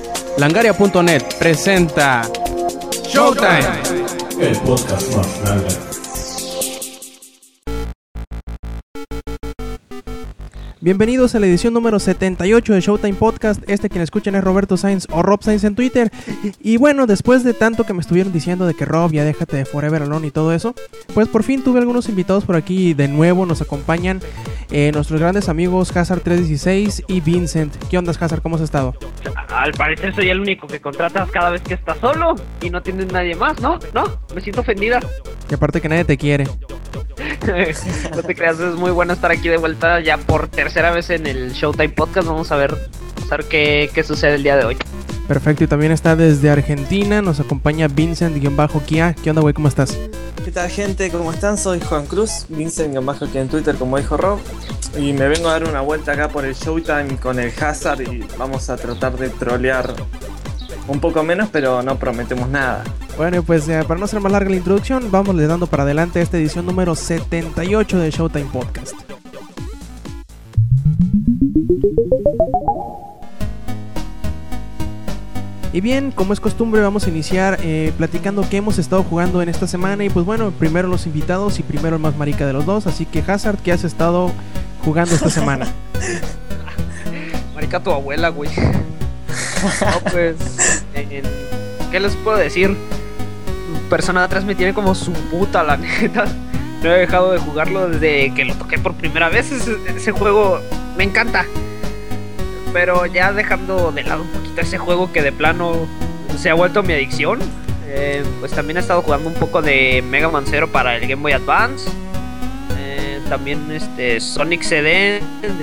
Langaria.net presenta Showtime, el podcast más grande. Bienvenidos a la edición número 78 de Showtime Podcast. Quien escuchan es Roberto Sainz o Rob Sainz en Twitter. Y bueno, después de tanto que me estuvieron diciendo de que Rob, ya déjate de Forever Alone y todo eso, pues por fin tuve algunos invitados por aquí. De nuevo nos acompañan nuestros grandes amigos Hazard316 y Vincent. ¿Qué onda, Hazard? ¿Cómo has estado? Al parecer soy el único que contratas cada vez que estás solo y no tienes nadie más, ¿no? Me siento ofendida. Y aparte que nadie te quiere. No te creas, es muy bueno estar aquí de vuelta ya por tercera vez en el Showtime Podcast. Vamos a ver qué sucede el día de hoy. Perfecto, y también está desde Argentina, nos acompaña Vincent-Kia. ¿Qué onda, güey? ¿Cómo estás? ¿Qué tal, gente? ¿Cómo están? Soy Juan Cruz, Vincent-Kia en Twitter, como dijo Rob. Y me vengo a dar una vuelta acá por el Showtime con el Hazard y vamos a tratar de trolear un poco menos, pero no prometemos nada. Bueno, pues para no ser más larga la introducción, vamos le dando para adelante a esta edición número 78 de Showtime Podcast. Y bien, como es costumbre, vamos a iniciar platicando qué hemos estado jugando en esta semana. Y pues bueno, primero los invitados y primero el más marica de los dos. Así que Hazard, ¿qué has estado jugando esta semana? Marica tu abuela, güey. No, pues, ¿qué les puedo decir? Persona 3 me tiene como su puta, la neta. No he dejado de jugarlo desde que lo toqué por primera vez. Ese juego me encanta. Pero ya dejando de lado un poquito ese juego que de plano se ha vuelto mi adicción, pues también he estado jugando un poco de Mega Man Zero para el Game Boy Advance. También Sonic CD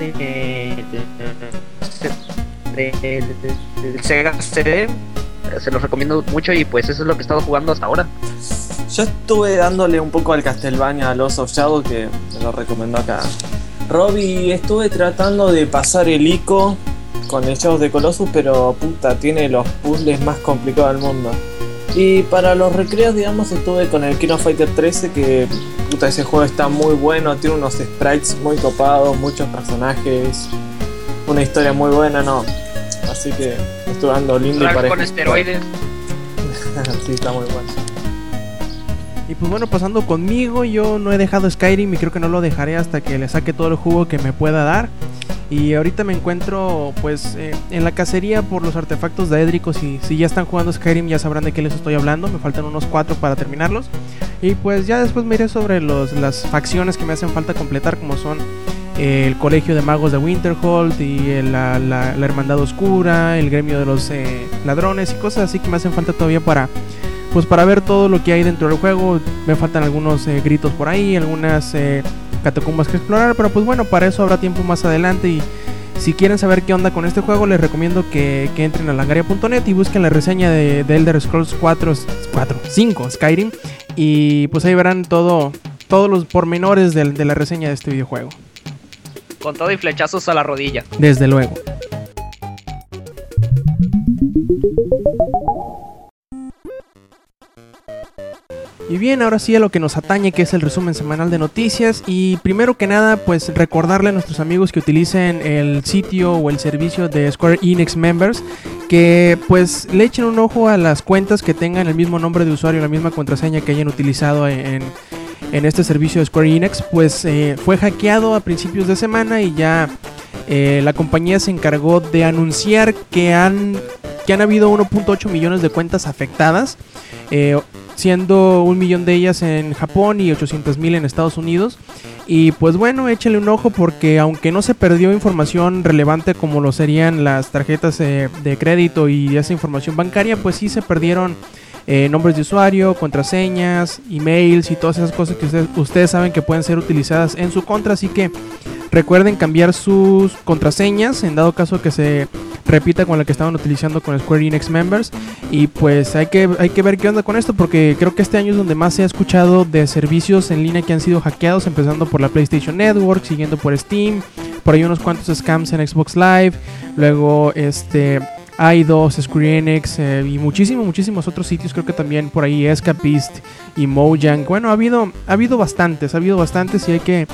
del Sega CD. Se los recomiendo mucho y pues eso es lo que he estado jugando hasta ahora. Yo estuve dándole un poco al Castlevania Lost of Shadow, que me lo recomendó acá Robbie. Estuve tratando de pasar el ICO con el Shadow de Colossus, pero puta, tiene los puzzles más complicados del mundo. Y para los recreos, digamos, estuve con el King of Fighter 13, que puta, ese juego está muy bueno, tiene unos sprites muy copados, muchos personajes, una historia muy buena, ¿no? Así que estuve dando lindo y parejo. Con esteroides. Sí, está muy bueno. Y pues bueno, pasando conmigo, yo no he dejado Skyrim y creo que no lo dejaré hasta que le saque todo el jugo que me pueda dar. Y ahorita me encuentro pues en la cacería por los artefactos daédricos. Y si ya están jugando Skyrim ya sabrán de qué les estoy hablando. Me faltan unos 4 para terminarlos. Y pues ya después me iré sobre las facciones que me hacen falta completar, como son el colegio de magos de Winterhold y la hermandad oscura, el gremio de los ladrones y cosas así que me hacen falta todavía para ver todo lo que hay dentro del juego. Me faltan algunos gritos por ahí, algunas catacumbas que explorar, pero pues bueno, para eso habrá tiempo más adelante. Y si quieren saber qué onda con este juego, les recomiendo que entren a langaria.net y busquen la reseña de Elder Scrolls 5 Skyrim, y pues ahí verán todos los pormenores de la reseña de este videojuego. Con todo y flechazos a la rodilla. Desde luego. Y bien, ahora sí a lo que nos atañe, que es el resumen semanal de noticias. Y primero que nada, pues recordarle a nuestros amigos que utilicen el sitio o el servicio de Square Enix Members, que pues le echen un ojo a las cuentas que tengan el mismo nombre de usuario, la misma contraseña que hayan utilizado en este servicio de Square Enix. Pues fue hackeado a principios de semana y ya la compañía se encargó de anunciar que han habido 1.8 millones de cuentas afectadas, siendo 1 millón de ellas en Japón y 800,000 en Estados Unidos. Y pues bueno, échale un ojo, porque aunque no se perdió información relevante como lo serían las tarjetas de crédito y esa información bancaria, pues sí se perdieron nombres de usuario, contraseñas, emails y todas esas cosas que ustedes saben que pueden ser utilizadas en su contra. Así que recuerden cambiar sus contraseñas en dado caso que se repita con la que estaban utilizando con Square Enix Members. Y pues hay que ver qué onda con esto, porque creo que este año es donde más se ha escuchado de servicios en línea que han sido hackeados, empezando por la PlayStation Network, siguiendo por Steam, por ahí unos cuantos scams en Xbox Live, luego i2, Square Enix y muchísimos otros sitios. Creo que también por ahí Escapist y Mojang. Bueno, ha habido bastantes y hay que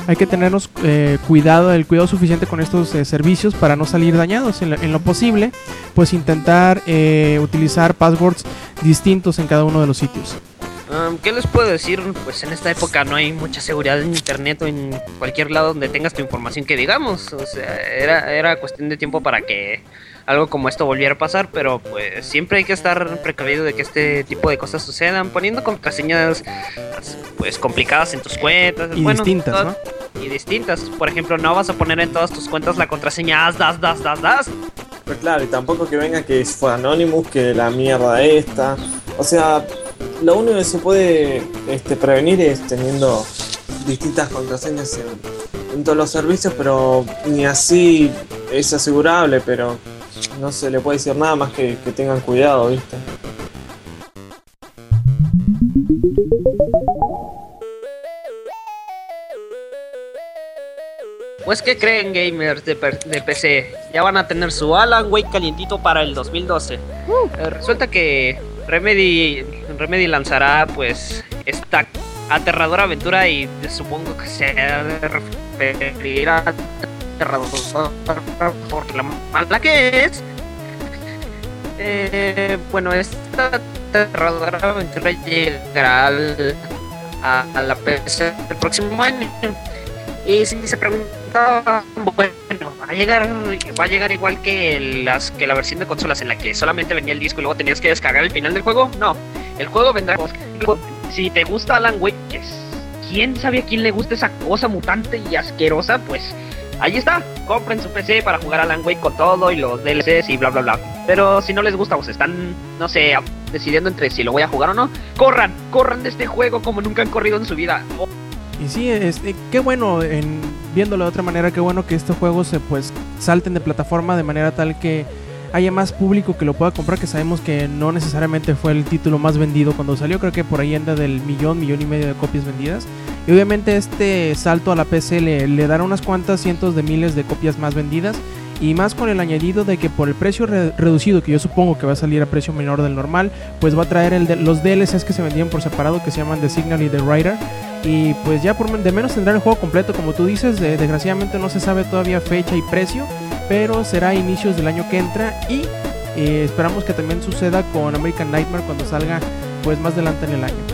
hay que tenernos el cuidado suficiente con estos servicios para no salir dañados. En lo posible, pues intentar utilizar passwords distintos en cada uno de los sitios. ¿Qué les puedo decir? Pues en esta época no hay mucha seguridad en internet o en cualquier lado donde tengas tu información que digamos. O sea, era cuestión de tiempo para que algo como esto volviera a pasar, pero pues siempre hay que estar precavido de que este tipo de cosas sucedan, poniendo contraseñas pues complicadas en tus cuentas. Y bueno, distintas, ¿no? Y distintas. Por ejemplo, no vas a poner en todas tus cuentas la contraseña das. Pues claro, y tampoco que venga que fue Anonymous, que la mierda esta. O sea, lo único que se puede prevenir es teniendo distintas contraseñas en todos los servicios, pero ni así es asegurable, pero no se le puede decir nada más que tengan cuidado, ¿viste? Pues ¿qué creen, gamers de PC? Ya van a tener su Alan Wake calientito para el 2012. Resulta que Remedy lanzará pues esta aterradora aventura, y supongo que se referirá a aterradora por la mala que es. Bueno, esta aterradora aventura llegará a la PC el próximo año. Y si se preguntaban, bueno, ¿va a llegar igual que la versión de consolas en la que solamente venía el disco y luego tenías que descargar el final del juego? No, el juego vendrá. Si te gusta Alan Wake, ¿quién sabe a quién le gusta esa cosa mutante y asquerosa? Pues ahí está, compren su PC para jugar Alan Wake con todo y los DLCs y bla bla bla. Pero si no les gusta, pues están, no sé, decidiendo entre si lo voy a jugar o no, corran de este juego como nunca han corrido en su vida. Y sí, qué bueno, viéndolo de otra manera, qué bueno que estos juegos salten de plataforma de manera tal que haya más público que lo pueda comprar, que sabemos que no necesariamente fue el título más vendido cuando salió. Creo que por ahí anda del millón y medio de copias vendidas. Y obviamente este salto a la PC le dará unas cuantas cientos de miles de copias más vendidas. Y más con el añadido de que por el precio reducido, que yo supongo que va a salir a precio menor del normal, pues va a traer los DLCs que se vendían por separado, que se llaman The Signal y The Rider. Y pues ya de menos tendrá el juego completo, como tú dices. Desgraciadamente no se sabe todavía fecha y precio, pero será a inicios del año que entra. Y esperamos que también suceda con American Nightmare cuando salga pues más adelante en el año.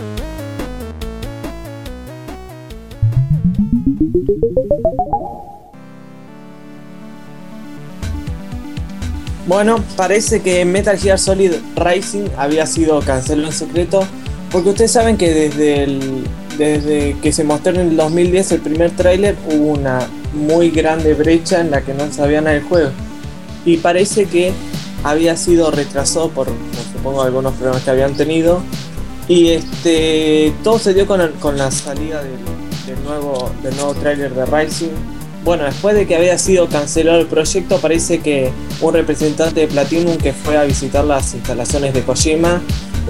Bueno, parece que Metal Gear Solid Rising había sido cancelado en secreto, porque ustedes saben que desde que se mostró en el 2010 el primer tráiler hubo una muy grande brecha en la que no sabía nada del juego, y parece que había sido retrasado por supongo algunos problemas que habían tenido, y todo se dio con la salida del nuevo tráiler de Rising. Bueno, después de que había sido cancelado el proyecto, parece que un representante de Platinum que fue a visitar las instalaciones de Kojima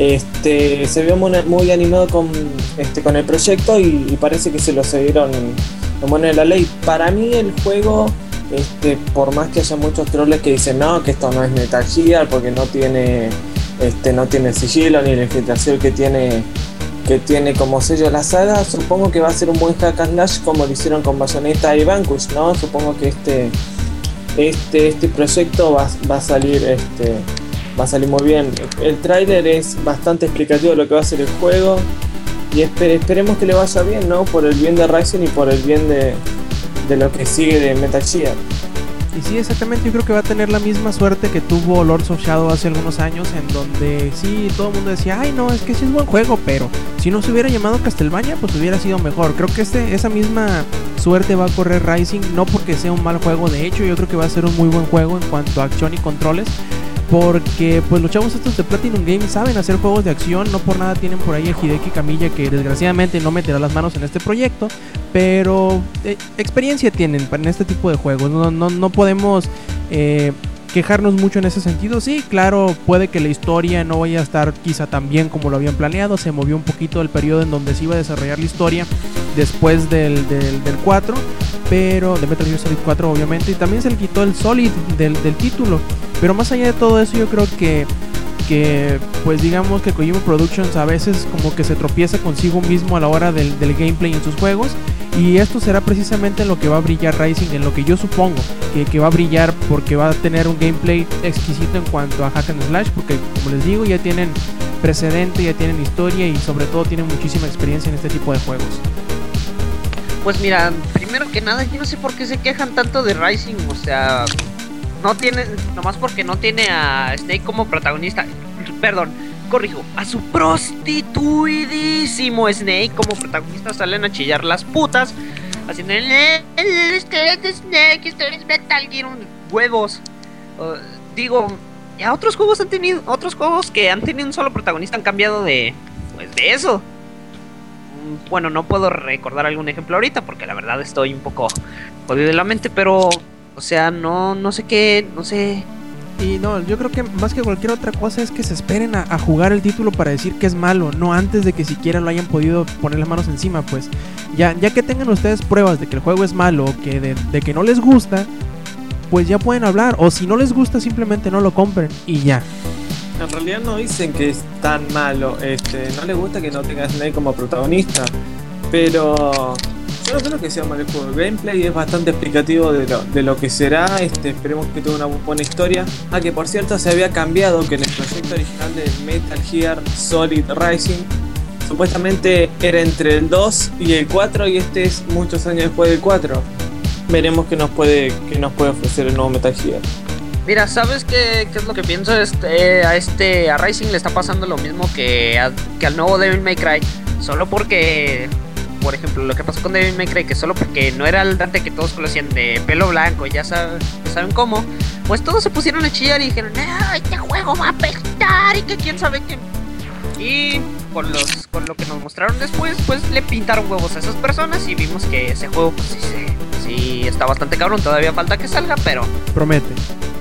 se vio muy animado con el proyecto, y parece que se lo cedieron en buena de la ley. Para mí el juego, por más que haya muchos troles que dicen no, que esto no es Metal Gear porque no tiene el sigilo ni la infiltración que tiene como sello la saga, supongo que va a ser un buen hack and slash como lo hicieron con Bayonetta y Vanquish, ¿no? Supongo que este proyecto va a salir muy bien. El tráiler es bastante explicativo de lo que va a ser el juego, y esperemos que le vaya bien, ¿no? Por el bien de Rising y por el bien de lo que sigue de Metal Gear. Y sí, exactamente, yo creo que va a tener la misma suerte que tuvo Lords of Shadow hace algunos años, en donde sí, todo el mundo decía, ay no, es que sí es buen juego, pero si no se hubiera llamado Castlevania, pues hubiera sido mejor. Creo que esa misma suerte va a correr Rising, no porque sea un mal juego, de hecho yo creo que va a ser un muy buen juego en cuanto a acción y controles, porque pues los chavos estos de Platinum Games saben hacer juegos de acción. No por nada tienen por ahí a Hideki Kamiya, que desgraciadamente no meterá las manos en este proyecto, pero experiencia tienen en este tipo de juegos. No podemos quejarnos mucho en ese sentido. Sí, claro, puede que la historia no vaya a estar quizá tan bien como lo habían planeado. Se movió un poquito el periodo en donde se iba a desarrollar la historia después del 4, pero de Metal Gear Solid 4 obviamente, y también se le quitó el Solid del título. Pero más allá de todo eso, yo creo que pues digamos que Kojima Productions a veces como que se tropieza consigo mismo a la hora del gameplay en sus juegos, Y esto será precisamente en lo que va a brillar Rising, en lo que yo supongo que va a brillar, porque va a tener un gameplay exquisito en cuanto a hack and slash, porque como les digo, ya tienen precedente, ya tienen historia y sobre todo tienen muchísima experiencia en este tipo de juegos. Pues mira, primero que nada, yo no sé por qué se quejan tanto de Rising, o sea, no tiene, nomás porque no tiene a Snake como protagonista, perdón, corrijo, a su prostituidísimo Snake como protagonista, salen a chillar las putas, haciendo es que es Snake, esto es Metal Gear, huevos. Digo, ya otros juegos que han tenido un solo protagonista han cambiado de eso. Bueno, no puedo recordar algún ejemplo ahorita porque la verdad estoy un poco jodido de la mente, pero, o sea, no sé qué, no sé. Y no, yo creo que más que cualquier otra cosa es que se esperen a jugar el título para decir que es malo, no antes de que siquiera lo hayan podido poner las manos encima, pues. Ya que tengan ustedes pruebas de que el juego es malo o que de que no les gusta, pues ya pueden hablar. O si no les gusta, simplemente no lo compren y ya. En realidad no dicen que es tan malo, no les gusta que no tenga a Snake como protagonista, pero yo no creo que sea mal el juego. El gameplay es bastante explicativo de lo que será, esperemos que tenga una buena historia. Ah, que por cierto se había cambiado, que en el proyecto original de Metal Gear Solid Rising supuestamente era entre el 2 y el 4 y este es muchos años después del 4. Veremos qué nos puede ofrecer el nuevo Metal Gear. Mira, ¿sabes qué es lo que pienso? A Rising le está pasando lo mismo que al nuevo Devil May Cry. Solo porque, por ejemplo, lo que pasó con Devil May Cry, que solo porque no era el Dante que todos conocían de pelo blanco, ya saben cómo, pues todos se pusieron a chillar y dijeron, este juego va a apestar y que quién sabe qué. Y con lo que nos mostraron después, pues le pintaron huevos a esas personas y vimos que ese juego, pues sí está bastante cabrón. Todavía falta que salga, pero promete.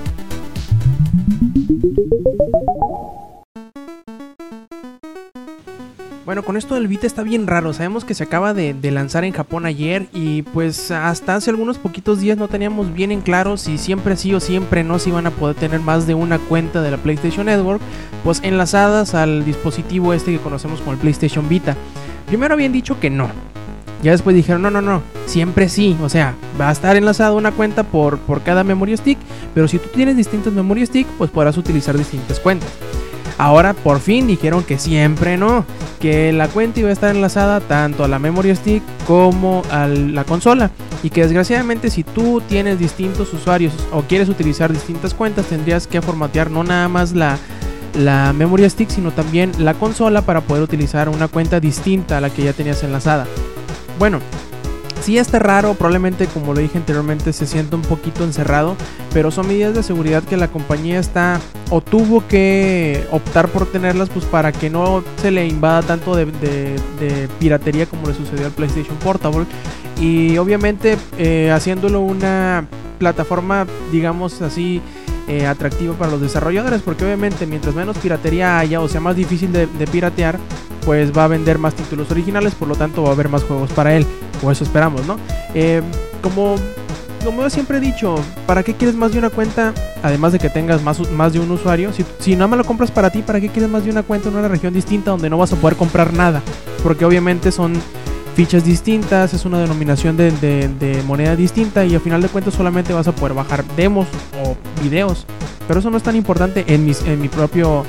Bueno, con esto del Vita está bien raro. Sabemos que se acaba de lanzar en Japón ayer y pues hasta hace algunos poquitos días no teníamos bien en claro si siempre sí o siempre no se iban a poder tener más de una cuenta de la PlayStation Network pues enlazadas al dispositivo que conocemos como el PlayStation Vita. Primero habían dicho que no. Ya después dijeron no, siempre sí, o sea, va a estar enlazada una cuenta por cada memory stick, pero si tú tienes distintas memory stick, pues podrás utilizar distintas cuentas. Ahora por fin dijeron que siempre no, que la cuenta iba a estar enlazada tanto a la memory stick como a la consola y que desgraciadamente si tú tienes distintos usuarios o quieres utilizar distintas cuentas tendrías que formatear no nada más la memory stick sino también la consola para poder utilizar una cuenta distinta a la que ya tenías enlazada. Bueno, sí está raro, probablemente como lo dije anteriormente se siente un poquito encerrado, pero son medidas de seguridad que la compañía está o tuvo que optar por tenerlas pues para que no se le invada tanto de piratería como le sucedió al PlayStation Portable y obviamente haciéndolo una plataforma digamos así atractiva para los desarrolladores porque obviamente mientras menos piratería haya o sea más difícil de piratear pues va a vender más títulos originales, por lo tanto va a haber más juegos para él, o eso esperamos, ¿no? Como yo siempre he dicho, ¿para qué quieres más de una cuenta? Además de que tengas más de un usuario, si nada más lo compras para ti, ¿para qué quieres más de una cuenta en una región distinta donde no vas a poder comprar nada? Porque obviamente son fichas distintas, es una denominación de moneda distinta y al final de cuentas solamente vas a poder bajar demos o videos, pero eso no es tan importante en mi propio...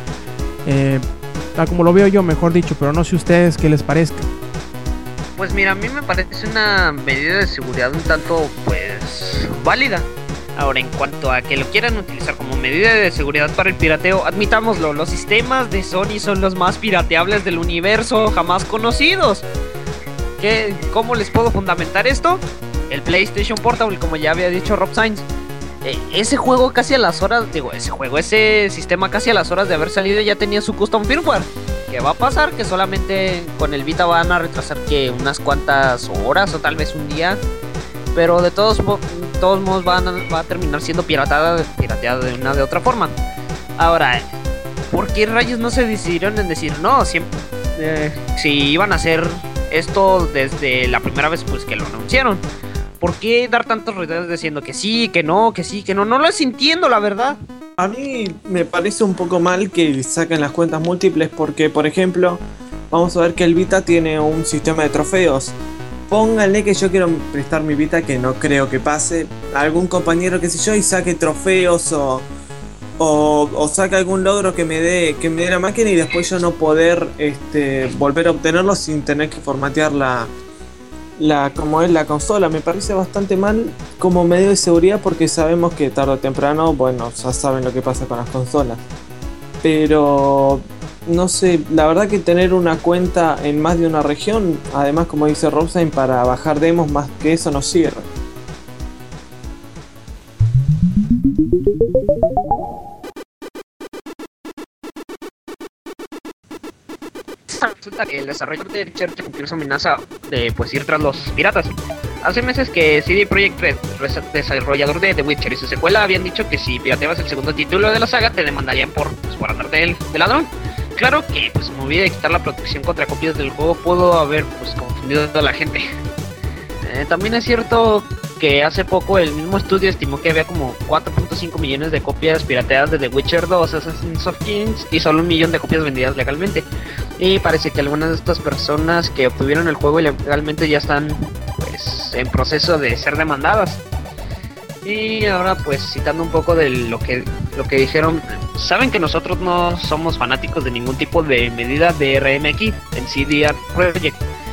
como lo veo yo, mejor dicho, pero no sé ustedes qué les parezca. Pues mira, a mí me parece una medida de seguridad un tanto, pues, válida. Ahora, en cuanto a que lo quieran utilizar como medida de seguridad para el pirateo, admitámoslo, los sistemas de Sony son los más pirateables del universo jamás conocidos. ¿Cómo les puedo fundamentar esto? El PlayStation Portable, como ya había dicho Rob Sainz. Ese sistema casi a las horas de haber salido ya tenía su custom firmware. ¿Qué va a pasar? Que solamente con el Vita van a retrasar que unas cuantas horas o tal vez un día. Pero de todos modos va a terminar siendo pirateada de una de otra forma. Ahora, ¿por qué rayos no se decidieron en decir no? Si iban a hacer esto desde la primera vez pues que lo anunciaron. ¿Por qué dar tantos ruidos diciendo que sí, que no, que sí, que no? No lo entiendo, la verdad. A mí me parece un poco mal que saquen las cuentas múltiples porque, por ejemplo, vamos a ver que el Vita tiene un sistema de trofeos. pónganle que yo quiero prestar mi Vita, que no creo que pase, algún compañero, qué sé yo, y saque trofeos o saque algún logro que me dé la máquina y después yo no poder volver a obtenerlo sin tener que formatear como es la consola. Me parece bastante mal como medio de seguridad, porque sabemos que tarde o temprano, bueno, ya saben lo que pasa con las consolas. Pero no sé, la verdad que tener una cuenta en más de una región, además como dice Robsine, para bajar demos, más que eso no sirve. Resulta que el desarrollador de Witcher cumplió su amenaza de pues ir tras los piratas. Hace meses que CD Projekt Red, desarrollador de The Witcher y su secuela, habían dicho que si pirateabas el segundo título de la saga te demandarían por andarte de ladrón. Claro que pues como olvidé de quitar la protección contra copias del juego pudo haber pues confundido a la gente. También es cierto que hace poco el mismo estudio estimó que había como 4.5 millones de copias pirateadas de The Witcher 2, Assassin's of Kings, y solo 1 millón de copias vendidas legalmente. Y parece que algunas de estas personas que obtuvieron el juego ilegalmente ya están pues en proceso de ser demandadas. Y ahora pues citando un poco de lo que dijeron, saben que nosotros no somos fanáticos de ningún tipo de medida de DRM aquí en CD Projekt.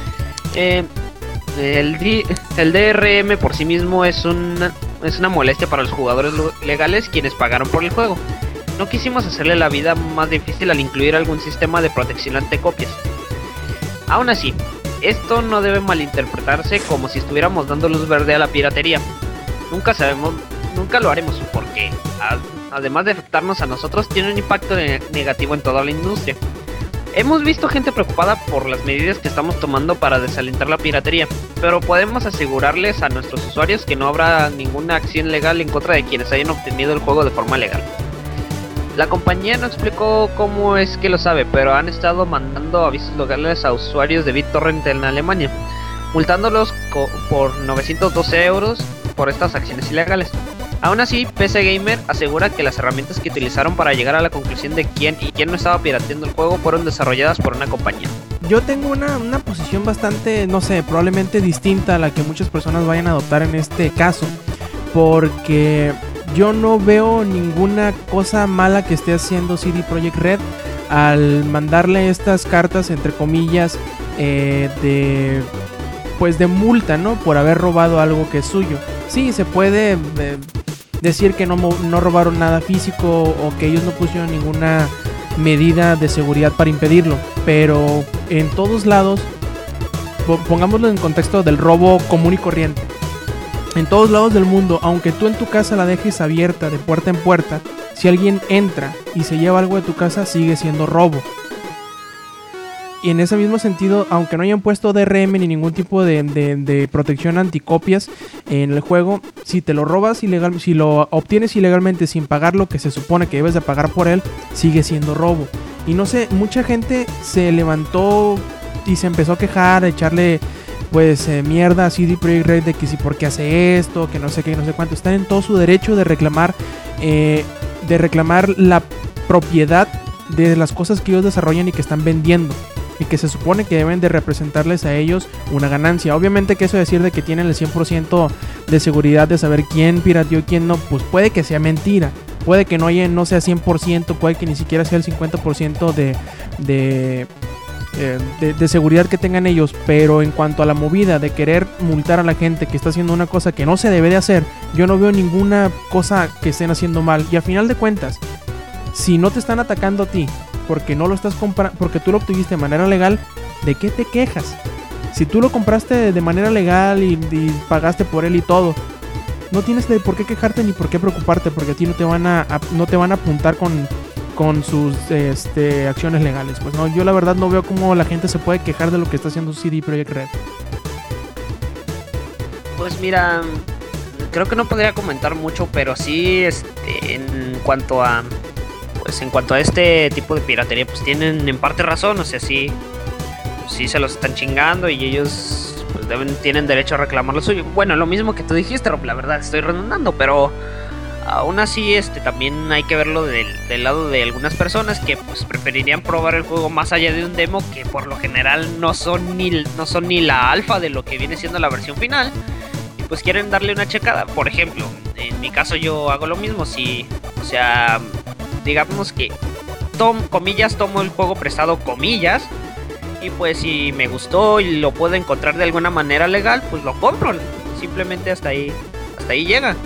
El DRM por sí mismo es una molestia para los jugadores legales quienes pagaron por el juego. No quisimos hacerle la vida más difícil al incluir algún sistema de protección ante copias. Aún así, esto no debe malinterpretarse como si estuviéramos dando luz verde a la piratería. Nunca lo haremos porque, además de afectarnos a nosotros, tiene un impacto negativo en toda la industria. Hemos visto gente preocupada por las medidas que estamos tomando para desalentar la piratería, pero podemos asegurarles a nuestros usuarios que no habrá ninguna acción legal en contra de quienes hayan obtenido el juego de forma legal. La compañía no explicó cómo es que lo sabe, pero han estado mandando avisos legales a usuarios de BitTorrent en Alemania, multándolos por 912 euros por estas acciones ilegales. Aún así, PC Gamer asegura que las herramientas que utilizaron para llegar a la conclusión de quién no estaba pirateando el juego fueron desarrolladas por una compañía. Yo tengo una posición bastante, no sé, probablemente distinta a la que muchas personas vayan a adoptar en este caso, porque yo no veo ninguna cosa mala que esté haciendo CD Projekt Red al mandarle estas cartas, entre comillas, de multa, ¿no? Por haber robado algo que es suyo. Sí, se puede decir que no robaron nada físico o que ellos no pusieron ninguna medida de seguridad para impedirlo, pero en todos lados, pongámoslo en contexto del robo común y corriente, en todos lados del mundo, aunque tú en tu casa la dejes abierta de puerta en puerta, si alguien entra y se lleva algo de tu casa, sigue siendo robo. Y en ese mismo sentido, aunque no hayan puesto DRM ni ningún tipo de protección anticopias en el juego, si te lo robas ilegal, si lo obtienes ilegalmente sin pagar lo que se supone que debes de pagar por él, sigue siendo robo. Y no sé, mucha gente se levantó y se empezó a quejar, a echarle mierda a CD Projekt Red de que si por qué hace esto, que no sé qué, no sé cuánto. Están en todo su derecho de reclamar la propiedad de las cosas que ellos desarrollan y que están vendiendo, y que se supone que deben de representarles a ellos una ganancia. Obviamente que eso de decir de que tienen el 100% de seguridad de saber quién pirateó y quién no, pues puede que sea mentira, puede que no sea 100%, puede que ni siquiera sea el 50% de seguridad que tengan ellos. Pero en cuanto a la movida de querer multar a la gente que está haciendo una cosa que no se debe de hacer, yo no veo ninguna cosa que estén haciendo mal. Y a final de cuentas, si no te están atacando a ti porque no lo estás comprando, porque tú lo obtuviste de manera legal, ¿de qué te quejas? Si tú lo compraste de manera legal y pagaste por él y todo, no tienes de por qué quejarte ni por qué preocuparte, porque a ti no te van a apuntar con sus acciones legales. Pues no, yo la verdad no veo cómo la gente se puede quejar de lo que está haciendo CD Projekt Red. Pues mira, creo que no podría comentar mucho, pero sí, en cuanto a este tipo de piratería, pues tienen en parte razón. O sea, sí se los están chingando y ellos pues tienen derecho a reclamar lo suyo. Bueno, lo mismo que tú dijiste, Rob, la verdad, estoy redundando, pero Aún así, también hay que verlo del lado de algunas personas que pues preferirían probar el juego más allá de un demo, que por lo general no son ni la alfa de lo que viene siendo la versión final, y pues quieren darle una checada. Por ejemplo, en mi caso yo hago lo mismo. Digamos que tomo el juego prestado, comillas, y pues si me gustó y lo puedo encontrar de alguna manera legal, pues lo compro. Simplemente hasta ahí llega.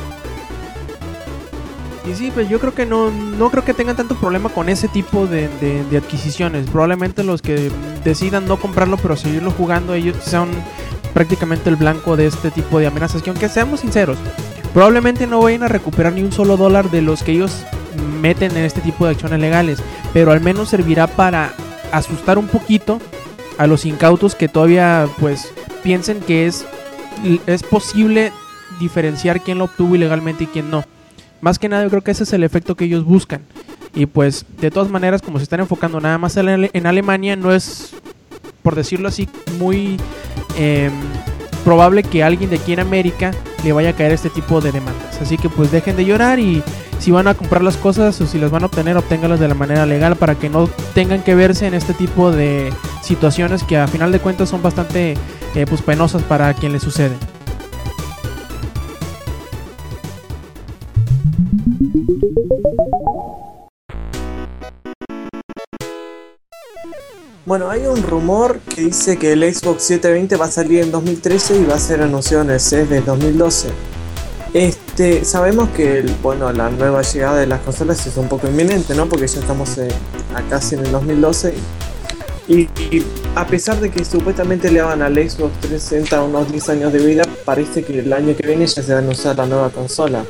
Y sí, pues yo creo que no creo que tengan tanto problema con ese tipo de adquisiciones. Probablemente los que decidan no comprarlo pero seguirlo jugando, ellos sean prácticamente el blanco de este tipo de amenazas, que aunque seamos sinceros, probablemente no vayan a recuperar ni un solo dólar de los que ellos meten en este tipo de acciones legales, pero al menos servirá para asustar un poquito a los incautos que todavía pues piensen que es posible diferenciar quién lo obtuvo ilegalmente y quién no. Más que nada yo creo que ese es el efecto que ellos buscan. Y pues de todas maneras, como se están enfocando nada más en Alemania, no es, por decirlo así, muy probable que alguien de aquí en América le vaya a caer este tipo de demandas. Así que pues dejen de llorar, y si van a comprar las cosas o si las van a obtener, obténgalas de la manera legal para que no tengan que verse en este tipo de situaciones que a final de cuentas son bastante pues penosas para quien le sucede. Bueno, hay un rumor que dice que el Xbox 720 va a salir en 2013 y va a ser anunciado en el CES de 2012. Sabemos que la nueva llegada de las consolas es un poco inminente, ¿no? Porque ya estamos a casi en el 2012 y a pesar de que supuestamente le daban al Xbox 360 unos 10 años de vida, parece que el año que viene ya se va a anunciar la nueva consola.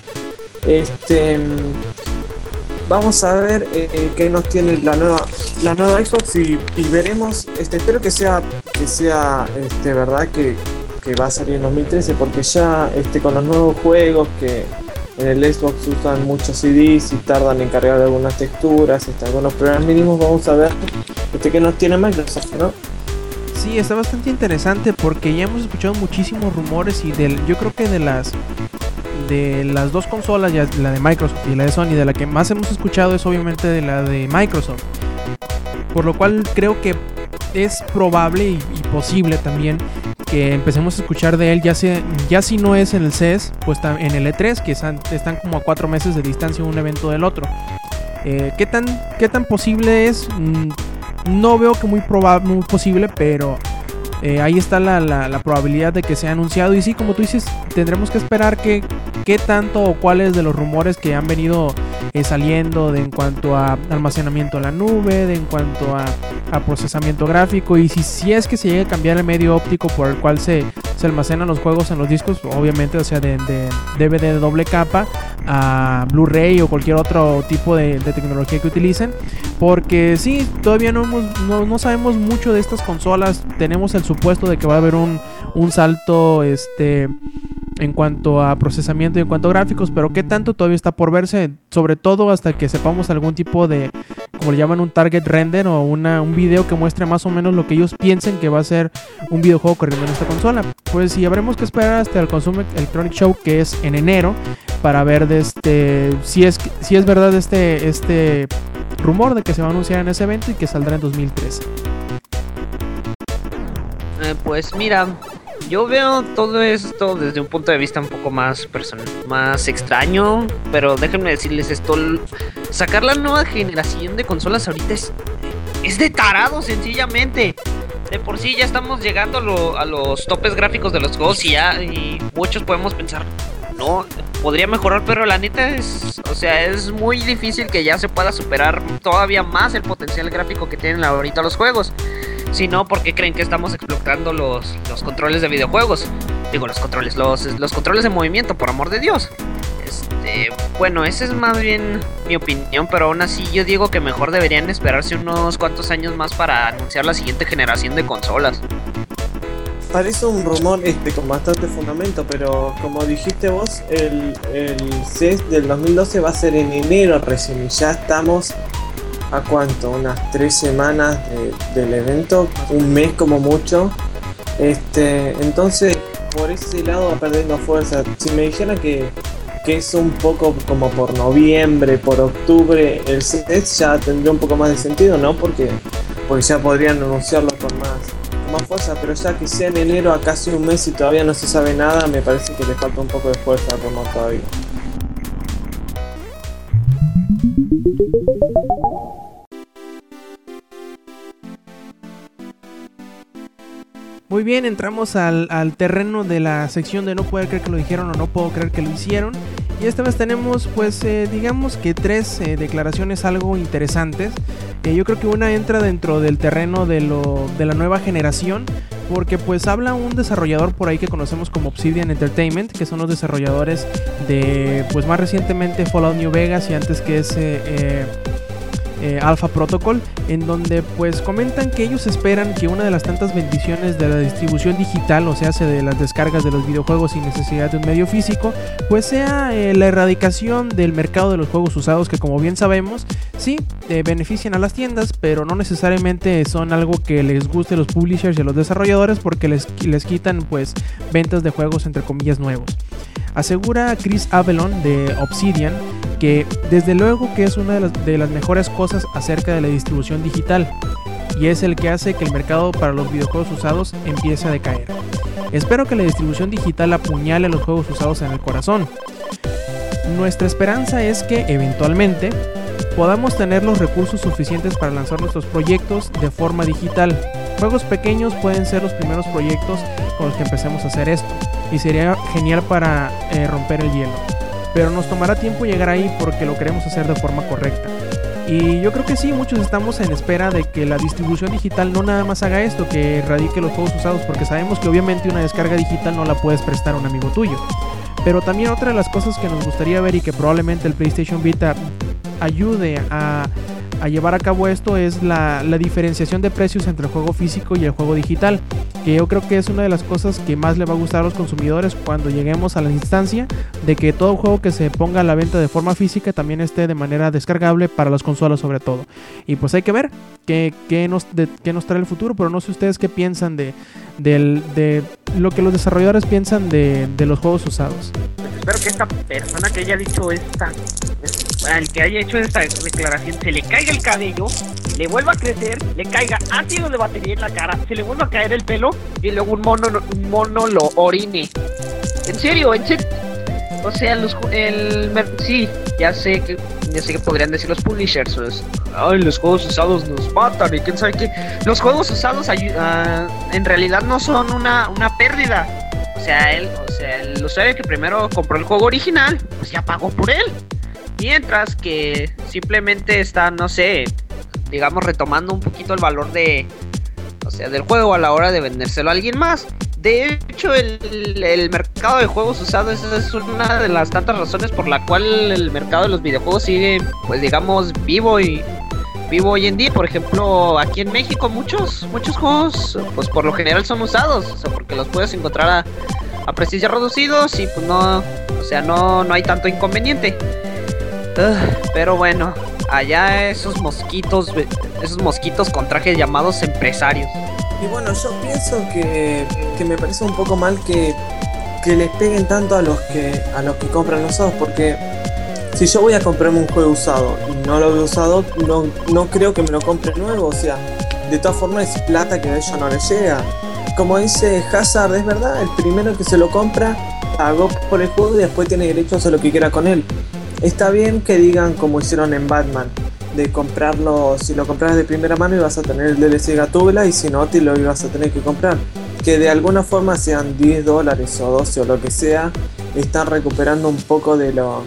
Vamos a ver qué nos tiene la nueva Xbox y veremos. Espero que sea verdad que va a salir en 2013, porque ya con los nuevos juegos que en el Xbox usan muchos CDs y tardan en cargar algunas texturas, algunos programas mínimos. Vamos a ver qué nos tiene Microsoft, ¿no? Sí, está bastante interesante porque ya hemos escuchado muchísimos rumores y yo creo que de las dos consolas, ya la de Microsoft y la de Sony, de la que más hemos escuchado es obviamente de la de Microsoft, por lo cual creo que es probable y posible también que empecemos a escuchar de él, ya si no es en el CES, pues en el E3, que están como a 4 meses de distancia un evento del otro. ¿Qué tan posible es? No veo que muy posible, pero ahí está la probabilidad de que sea anunciado. Y sí, como tú dices, tendremos que esperar qué tanto o cuáles de los rumores que han venido saliendo en cuanto a almacenamiento en la nube, en cuanto a procesamiento gráfico, y si es que se llega a cambiar el medio óptico por el cual se almacenan los juegos en los discos, obviamente, o sea, de DVD de doble capa a Blu-ray o cualquier otro tipo de tecnología que utilicen, porque sí, todavía no sabemos mucho de estas consolas. Tenemos el supuesto de que va a haber un salto en cuanto a procesamiento y en cuanto a gráficos, pero qué tanto todavía está por verse, sobre todo hasta que sepamos algún tipo de, como le llaman, un target render o un video que muestre más o menos lo que ellos piensen que va a ser un videojuego corriendo en esta consola. Pues sí, habremos que esperar hasta el Consumer Electronics Show, que es en enero, para ver si es verdad este rumor de que se va a anunciar en ese evento y que saldrá en 2013. Pues mira, yo veo todo esto desde un punto de vista un poco más personal, más extraño, pero déjenme decirles esto: sacar la nueva generación de consolas ahorita es de tarado, sencillamente. De por sí ya estamos llegando a los topes gráficos de los juegos y muchos podemos pensar, no, podría mejorar, pero la neta es muy difícil que ya se pueda superar todavía más el potencial gráfico que tienen ahorita los juegos. Si no, ¿por qué creen que estamos explotando los controles de videojuegos? Digo, los controles de movimiento, por amor de Dios. Bueno, esa es más bien mi opinión, pero aún así yo digo que mejor deberían esperarse unos cuantos años más para anunciar la siguiente generación de consolas. Parece un rumor con bastante fundamento, pero como dijiste vos, el CES del 2012 va a ser en enero recién, y ya estamos a cuánto, unas 3 semanas del evento, un mes como mucho. Entonces por ese lado va perdiendo fuerza. Si me dijeran que que es un poco como por noviembre, por octubre, el CES ya tendría un poco más de sentido, ¿no? Porque ya podrían anunciarlo con más fuerza, pero ya que sea en enero a casi un mes y todavía no se sabe nada, me parece que le falta un poco de fuerza al rumor todavía. Muy bien, entramos al terreno de la sección de no puedo creer que lo dijeron o no puedo creer que lo hicieron. Y esta vez tenemos pues digamos que 3 declaraciones algo interesantes. Yo creo que una entra dentro del terreno de la nueva generación, porque pues habla un desarrollador por ahí que conocemos como Obsidian Entertainment, que son los desarrolladores de pues más recientemente Fallout New Vegas y antes que es Alpha Protocol, en donde pues comentan que ellos esperan que una de las tantas bendiciones de la distribución digital, o sea, de las descargas de los videojuegos sin necesidad de un medio físico, pues sea la erradicación del mercado de los juegos usados, que como bien sabemos, sí, benefician a las tiendas, pero no necesariamente son algo que les guste a los publishers y a los desarrolladores, porque les quitan pues ventas de juegos entre comillas nuevos. Asegura Chris Avellone de Obsidian que desde luego que es una de las mejores cosas acerca de la distribución digital, y es el que hace que el mercado para los videojuegos usados empiece a decaer. Espero que la distribución digital apuñale a los juegos usados en el corazón. Nuestra esperanza es que eventualmente podamos tener los recursos suficientes para lanzar nuestros proyectos de forma digital. Juegos pequeños pueden ser los primeros proyectos con los que empecemos a hacer esto, y sería genial para romper el hielo. Pero nos tomará tiempo llegar ahí porque lo queremos hacer de forma correcta. Y yo creo que sí, muchos estamos en espera de que la distribución digital no nada más haga esto, que erradique los juegos usados, porque sabemos que obviamente una descarga digital no la puedes prestar a un amigo tuyo. Pero también otra de las cosas que nos gustaría ver y que probablemente el PlayStation Vita ayude a llevar a cabo esto es la diferenciación de precios entre el juego físico y el juego digital, que yo creo que es una de las cosas que más le va a gustar a los consumidores cuando lleguemos a la instancia de que todo juego que se ponga a la venta de forma física también esté de manera descargable para las consolas sobre todo. Y pues hay que ver qué nos trae el futuro, pero no sé ustedes qué piensan de lo que los desarrolladores piensan de los juegos usados. Espero que esta persona que haya dicho el que haya hecho esta declaración, se le caiga el cabello, le vuelva a crecer, le caiga ácido de batería en la cara, se le vuelva a caer el pelo y luego un mono lo orine. En serio. O sea, sí, ya sé que podrían decir los publishers, pues, los juegos usados nos matan y quién sabe qué. Los juegos usados en realidad no son una pérdida. O sea, el usuario que primero compró el juego original, pues ya pagó por él. Mientras que simplemente está, no sé, digamos, retomando un poquito el valor del juego a la hora de vendérselo a alguien más. De hecho, el mercado de juegos usados es una de las tantas razones por la cual el mercado de los videojuegos sigue, pues digamos, vivo hoy en día. Por ejemplo, aquí en México muchos juegos, pues por lo general son usados, o sea, porque los puedes encontrar a precios ya reducidos y pues no hay tanto inconveniente. Pero bueno, allá esos mosquitos con trajes llamados empresarios. Y bueno, yo pienso que me parece un poco mal que les peguen tanto a los que compran usados, porque si yo voy a comprarme un juego usado y no lo veo usado, no creo que me lo compre nuevo. O sea, de todas formas es plata que a ellos no les llega. Como dice Hazard, es verdad, el primero que se lo compra pagó por el juego y después tiene derecho a hacer lo que quiera con él. Está bien que digan como hicieron en Batman, de comprarlo, si lo compras de primera mano ibas a tener el DLC Gatúbela y si no te lo ibas a tener que comprar. Que de alguna forma sean $10 o 12 o lo que sea, están recuperando un poco de lo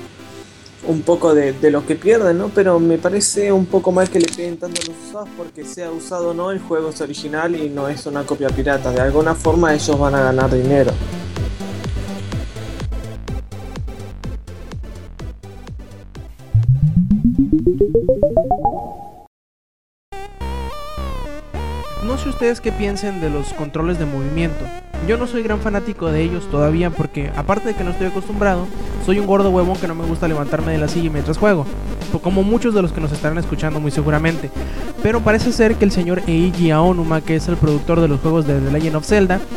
que pierden, ¿no? Pero me parece un poco mal que le peguen tanto a los usados, porque sea usado o no, el juego es original y no es una copia pirata. De alguna forma ellos van a ganar dinero. No sé ustedes qué piensen de los controles de movimiento. Yo no soy gran fanático de ellos todavía porque, aparte de que no estoy acostumbrado, soy un gordo huevón que no me gusta levantarme de la silla mientras juego, como muchos de los que nos estarán escuchando muy seguramente. Pero parece ser que el señor Eiji Aonuma, que es el productor de los juegos de The Legend of Zelda,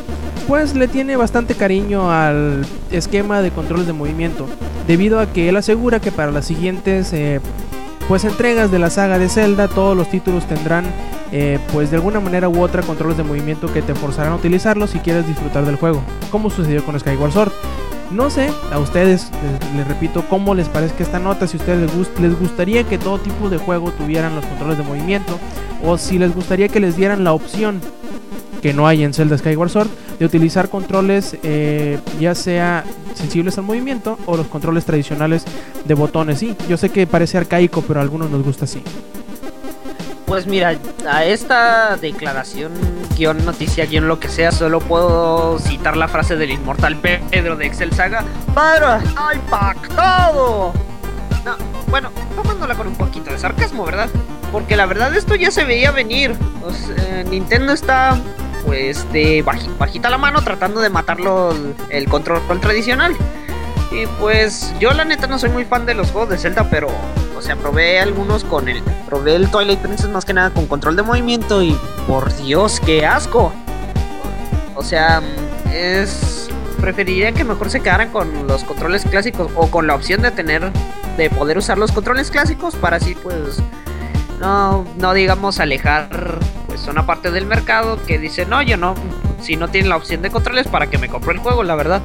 pues le tiene bastante cariño al esquema de controles de movimiento, debido a que él asegura que para las siguientes pues entregas de la saga de Zelda, todos los títulos tendrán pues de alguna manera u otra controles de movimiento que te forzarán a utilizarlos si quieres disfrutar del juego, como sucedió con Skyward Sword. No sé, a ustedes les repito cómo les parezca esta nota, si a ustedes les gustaría que todo tipo de juego tuvieran los controles de movimiento, o si les gustaría que les dieran la opción, que no hay en Zelda Skyward Sword, de utilizar controles ya sea sensibles al movimiento o los controles tradicionales de botones. Sí, yo sé que parece arcaico, pero a algunos nos gusta así. Pues mira, a esta declaración, guión noticia, guión lo que sea, solo puedo citar la frase del inmortal Pedro de Excel Saga: ¡Pero hay pactado! No, bueno, tomándola con un poquito de sarcasmo, ¿verdad? Porque la verdad esto ya se veía venir. Nintendo está pues de bajita la mano tratando de matarlo el control tradicional. Y pues yo la neta no soy muy fan de los juegos de Zelda, pero o sea, probé algunos probé el Twilight Princess más que nada con control de movimiento y por Dios, qué asco. O sea, preferiría que mejor se quedaran con los controles clásicos o con la opción de poder usar los controles clásicos para así pues no digamos alejar pues una parte del mercado que dice no, yo no, si no tienen la opción de controles, para que me compre el juego, la verdad.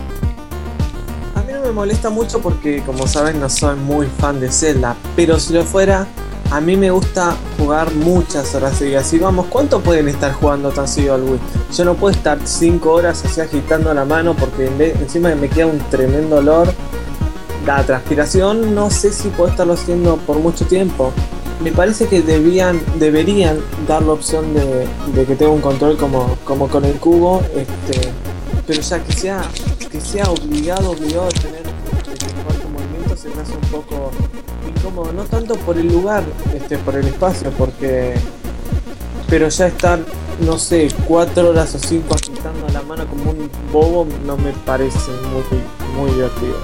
A mí no me molesta mucho porque, como saben, no soy muy fan de Zelda, pero si lo fuera, a mí me gusta jugar muchas horas seguidas. Y vamos, ¿cuánto pueden estar jugando tan seguido al Wii? Yo no puedo estar 5 horas así agitando la mano porque encima me queda un tremendo olor. La transpiración, no sé si puedo estarlo haciendo por mucho tiempo. Me parece que deberían dar la opción de que tenga un control como con el cubo, pero ya que sea obligado a tener que jugar con movimiento, se me hace un poco incómodo, no tanto por el lugar, por el espacio, pero ya estar, no sé, 4 horas o 5 agitando la mano como un bobo no me parece muy divertido.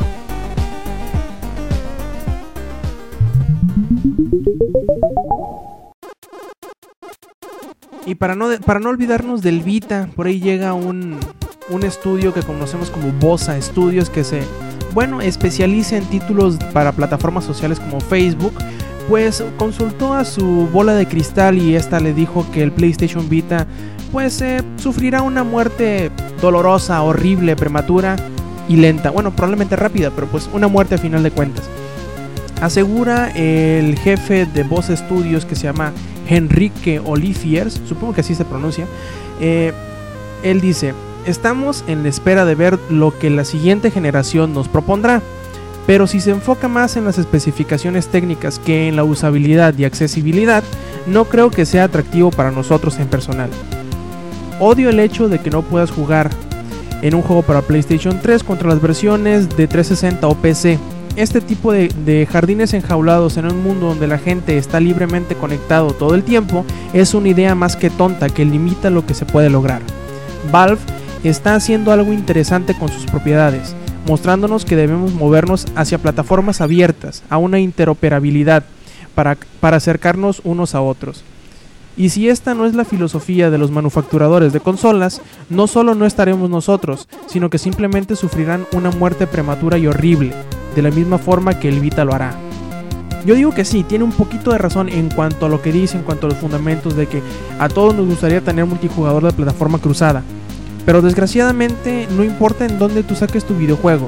Y para no olvidarnos del Vita, por ahí llega un estudio que conocemos como Bossa Studios, que se especializa en títulos para plataformas sociales como Facebook. Pues consultó a su bola de cristal y esta le dijo que el PlayStation Vita pues sufrirá una muerte dolorosa, horrible, prematura y lenta. Bueno, probablemente rápida, pero pues una muerte a final de cuentas. Asegura el jefe de Bossa Studios, que se llama Enrique Oliviers, supongo que así se pronuncia. Él dice: estamos en la espera de ver lo que la siguiente generación nos propondrá, pero si se enfoca más en las especificaciones técnicas que en la usabilidad y accesibilidad, no creo que sea atractivo para nosotros en personal. Odio el hecho de que no puedas jugar en un juego para PlayStation 3 contra las versiones de 360 o PC. Este tipo de jardines enjaulados en un mundo donde la gente está libremente conectado todo el tiempo es una idea más que tonta que limita lo que se puede lograr. Valve está haciendo algo interesante con sus propiedades, mostrándonos que debemos movernos hacia plataformas abiertas, a una interoperabilidad, para acercarnos unos a otros. Y si esta no es la filosofía de los manufacturadores de consolas, no solo no estaremos nosotros, sino que simplemente sufrirán una muerte prematura y horrible, de la misma forma que el Vita lo hará. Yo digo que sí, tiene un poquito de razón en cuanto a lo que dice, en cuanto a los fundamentos de que a todos nos gustaría tener multijugador de plataforma cruzada, pero desgraciadamente no importa en dónde tú saques tu videojuego,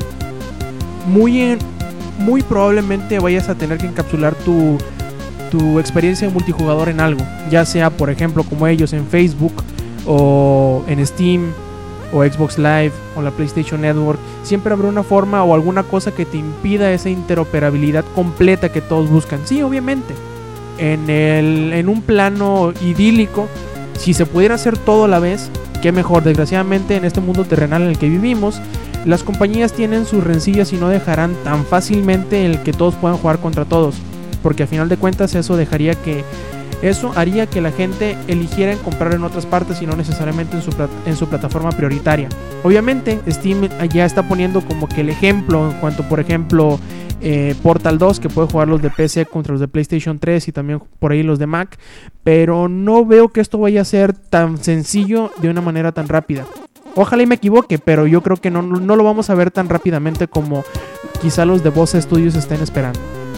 muy probablemente vayas a tener que encapsular tu experiencia de multijugador en algo, ya sea por ejemplo como ellos en Facebook o en Steam o Xbox Live o la PlayStation Network. Siempre habrá una forma o alguna cosa que te impida esa interoperabilidad completa que todos buscan. Sí, obviamente, en un plano idílico, si se pudiera hacer todo a la vez, qué mejor. Desgraciadamente en este mundo terrenal en el que vivimos, las compañías tienen sus rencillas y no dejarán tan fácilmente el que todos puedan jugar contra todos, porque a final de cuentas eso haría que la gente eligiera en comprar en otras partes y no necesariamente en su plataforma prioritaria. Obviamente Steam ya está poniendo como que el ejemplo en cuanto, por ejemplo, Portal 2, que puede jugar los de PC contra los de PlayStation 3 y también por ahí los de Mac, pero no veo que esto vaya a ser tan sencillo de una manera tan rápida. Ojalá y me equivoque, pero yo creo que no lo vamos a ver tan rápidamente como quizá los de Boss Studios estén esperando.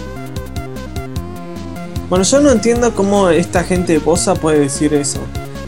Bueno, yo no entiendo cómo esta gente de Bosa puede decir eso.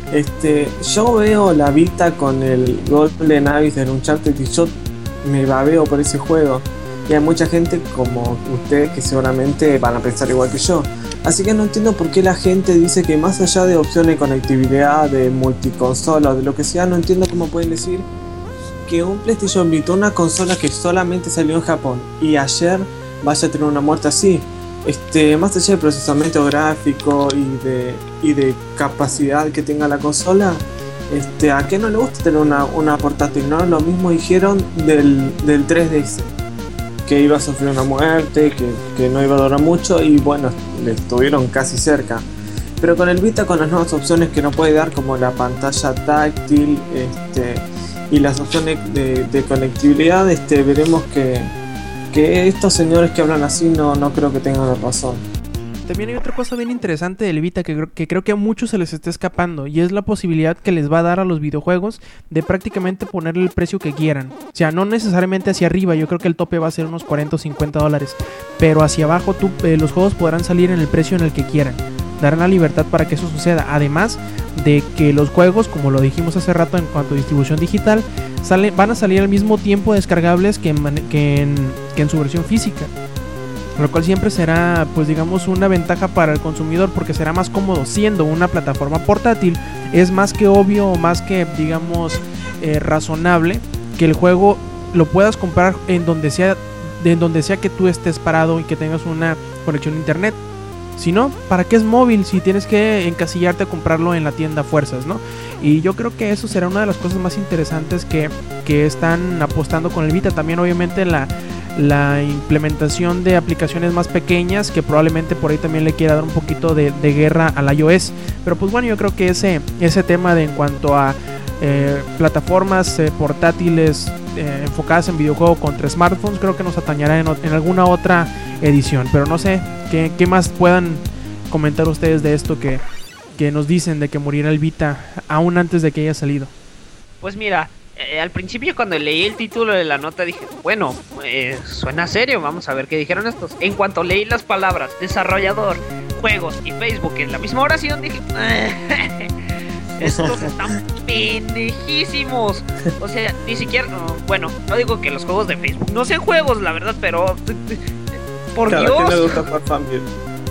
Yo veo la Vita con el Golden Abyss del Uncharted y yo me babeo por ese juego. Y hay mucha gente como ustedes que seguramente van a pensar igual que yo. Así que no entiendo por qué la gente dice que más allá de opciones de conectividad, de multiconsola o de lo que sea, no entiendo cómo pueden decir que un PlayStation Vita, una consola que solamente salió en Japón y ayer vaya a tener una muerte así. Más allá del procesamiento gráfico y de capacidad que tenga la consola, ¿a qué no le gusta tener una portátil? ¿No? Lo mismo dijeron del 3DS, que iba a sufrir una muerte, que no iba a durar mucho, y bueno, le estuvieron casi cerca. Pero con el Vita, con las nuevas opciones que nos puede dar, como la pantalla táctil y las opciones de conectividad, veremos que estos señores que hablan así no creo que tengan razón. También hay otra cosa bien interesante del Vita que creo que a muchos se les está escapando, y es la posibilidad que les va a dar a los videojuegos de prácticamente ponerle el precio que quieran. O sea, no necesariamente hacia arriba, yo creo que el tope va a ser unos 40 o 50 dólares, pero hacia abajo los juegos podrán salir en el precio en el que quieran. Darán la libertad para que eso suceda, además de que los juegos, como lo dijimos hace rato en cuanto a distribución digital, van a salir al mismo tiempo descargables que en su versión física, lo cual siempre será, pues digamos, una ventaja para el consumidor, porque será más cómodo. Siendo una plataforma portátil, es más que obvio, o más que, digamos, razonable que el juego lo puedas comprar en donde sea que tú estés parado y que tengas una conexión a internet. Si no, ¿para qué es móvil si tienes que encasillarte a comprarlo en la tienda a fuerzas, ¿no? Y yo creo que eso será una de las cosas más interesantes que están apostando con el Vita. También obviamente la implementación de aplicaciones más pequeñas, que probablemente por ahí también le quiera dar un poquito de guerra al iOS. Pero pues bueno, yo creo que ese tema de en cuanto a plataformas portátiles enfocadas en videojuego contra smartphones, creo que nos atañará en alguna otra edición. Pero no sé qué más puedan comentar ustedes de esto que nos dicen de que morirá el Vita aún antes de que haya salido. Pues mira, al principio cuando leí el título de la nota dije, bueno, suena serio, vamos a ver qué dijeron estos. En cuanto leí las palabras desarrollador, juegos y Facebook en la misma oración, dije, estos están pendejísimos. O sea, ni siquiera, bueno, no digo que los juegos de Facebook no sean juegos, la verdad, pero por claro, Dios, que me gusta jugar Farmville.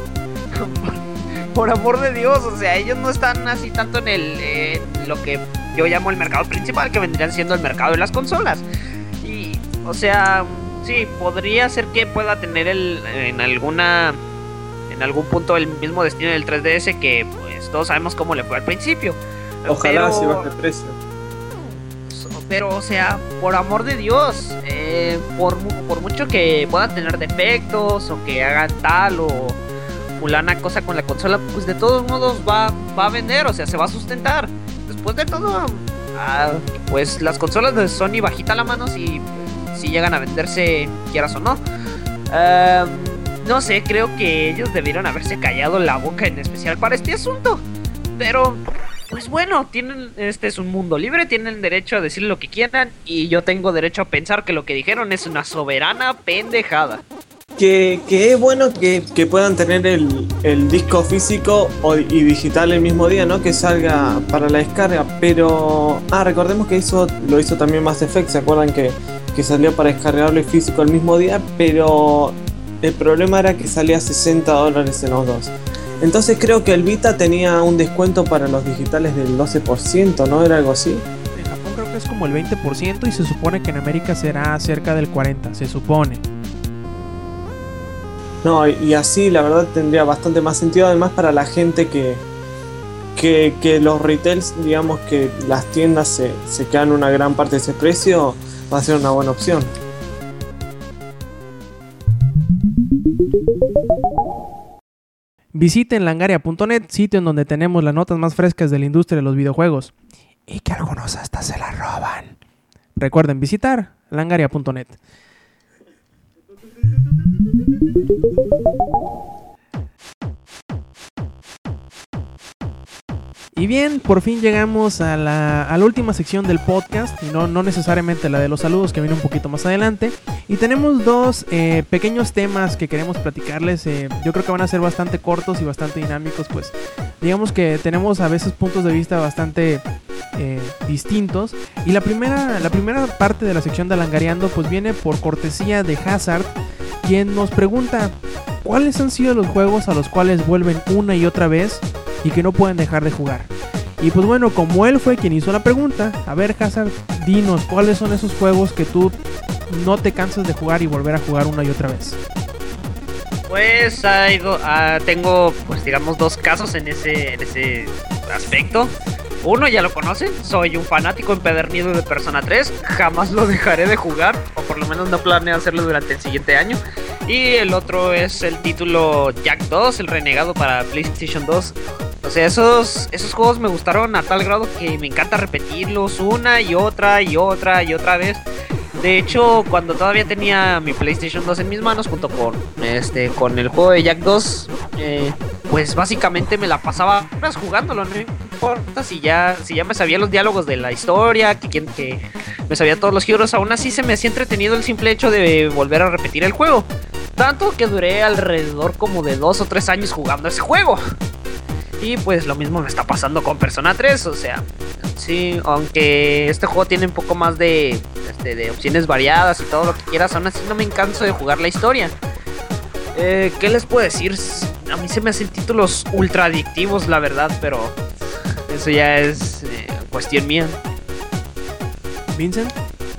por amor de Dios, o sea, ellos no están así tanto en lo que yo llamo el mercado principal, que vendrían siendo el mercado de las consolas. Y, o sea, sí, podría ser que pueda tener en algún punto el mismo destino del 3DS, que pues todos sabemos cómo le fue al principio. Ojalá si baje el precio. Pero, o sea, por amor de Dios, por mucho que puedan tener defectos o que hagan tal o fulana cosa con la consola, pues de todos modos va a vender, o sea, se va a sustentar. Después de todo, pues las consolas de Sony bajita la mano si llegan a venderse, quieras o no. No sé, creo que ellos debieron haberse callado la boca, en especial para este asunto. Pero, pues bueno, este es un mundo libre, tienen derecho a decir lo que quieran, y yo tengo derecho a pensar que lo que dijeron es una soberana pendejada. Que es bueno que puedan tener el disco físico y digital el mismo día, ¿no? Que salga para la descarga. Pero recordemos que eso lo hizo también Mass Effect. ¿Se acuerdan que salió para descargarlo físico el mismo día? Pero el problema era que salía $60 en los dos. Entonces creo que el Vita tenía un descuento para los digitales del 12%, ¿no? ¿Era algo así? En Japón creo que es como el 20%, y se supone que en América será cerca del 40%, se supone. No, y así la verdad tendría bastante más sentido, además para la gente que los retails, digamos que las tiendas se quedan una gran parte de ese precio, va a ser una buena opción. Visiten langaria.net, sitio en donde tenemos las notas más frescas de la industria de los videojuegos, y que algunos hasta se las roban. Recuerden visitar langaria.net. Y bien, por fin llegamos a la última sección del podcast, y no necesariamente la de los saludos, que viene un poquito más adelante. Y tenemos dos pequeños temas que queremos platicarles. Yo creo que van a ser bastante cortos y bastante dinámicos, pues digamos que tenemos a veces puntos de vista bastante distintos. Y la primera parte de la sección de Alangareando pues viene por cortesía de Hazard, quien nos pregunta ¿cuáles han sido los juegos a los cuales vuelven una y otra vez y que no pueden dejar de jugar? Y pues bueno, como él fue quien hizo la pregunta, a ver Hazard, dinos cuáles son esos juegos que tú no te cansas de jugar y volver a jugar una y otra vez. Pues tengo, pues digamos, dos casos en ese aspecto. Uno ya lo conocen, soy un fanático empedernido de Persona 3, jamás lo dejaré de jugar, o por lo menos no planeo hacerlo durante el siguiente año. Y el otro es el título Jak 2, el renegado para PlayStation 2. O sea, esos juegos me gustaron a tal grado que me encanta repetirlos una y otra vez. De hecho, cuando todavía tenía mi PlayStation 2 en mis manos, junto con el juego de Jak 2, pues básicamente me la pasaba horas jugándolo, no importa si ya me sabía los diálogos de la historia, que me sabía todos los giros, aún así se me hacía entretenido el simple hecho de volver a repetir el juego. Tanto que duré alrededor como de 2 o 3 años jugando ese juego. Y pues lo mismo me está pasando con Persona 3, o sea, sí, aunque este juego tiene un poco más de opciones variadas y todo lo que quieras, aún así no me canso de jugar la historia. ¿Qué les puedo decir? A mí se me hacen títulos ultra adictivos, la verdad, pero eso ya es cuestión mía. Vincent.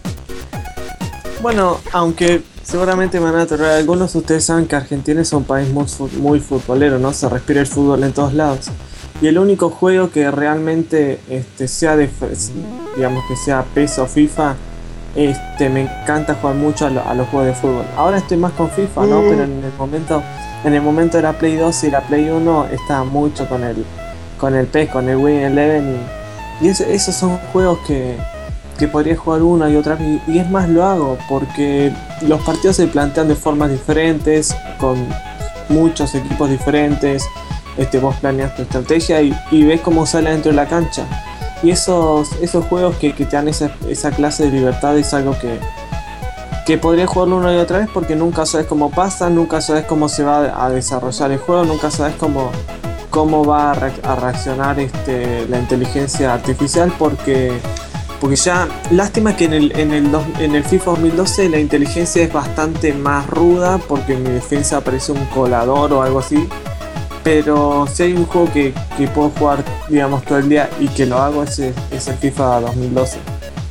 Bueno, aunque seguramente me van a aterrar algunos, ustedes saben que Argentina es un país muy futbolero, ¿no? Se respira el fútbol en todos lados. Y el único juego que realmente sea digamos que sea PES o FIFA, me encanta jugar mucho a los juegos de fútbol. Ahora estoy más con FIFA, ¿no? Pero en el momento de la Play 2 y la Play 1 estaba mucho con el PES, con el Win Eleven y esos son juegos que podría jugar una y otra vez, y es más, lo hago porque los partidos se plantean de formas diferentes, con muchos equipos diferentes. Vos planeas tu estrategia y ves cómo sale dentro de la cancha, y esos juegos que te dan esa clase de libertad es algo que podría jugarlo una y otra vez, porque nunca sabes cómo pasa, nunca sabes cómo se va a desarrollar el juego, nunca sabes cómo va a reaccionar la inteligencia artificial, porque ya, lástima que en el FIFA 2012 la inteligencia es bastante más ruda, porque en mi defensa aparece un colador o algo así. Pero si hay un juego que puedo jugar, digamos, todo el día y que lo hago, es el FIFA 2012.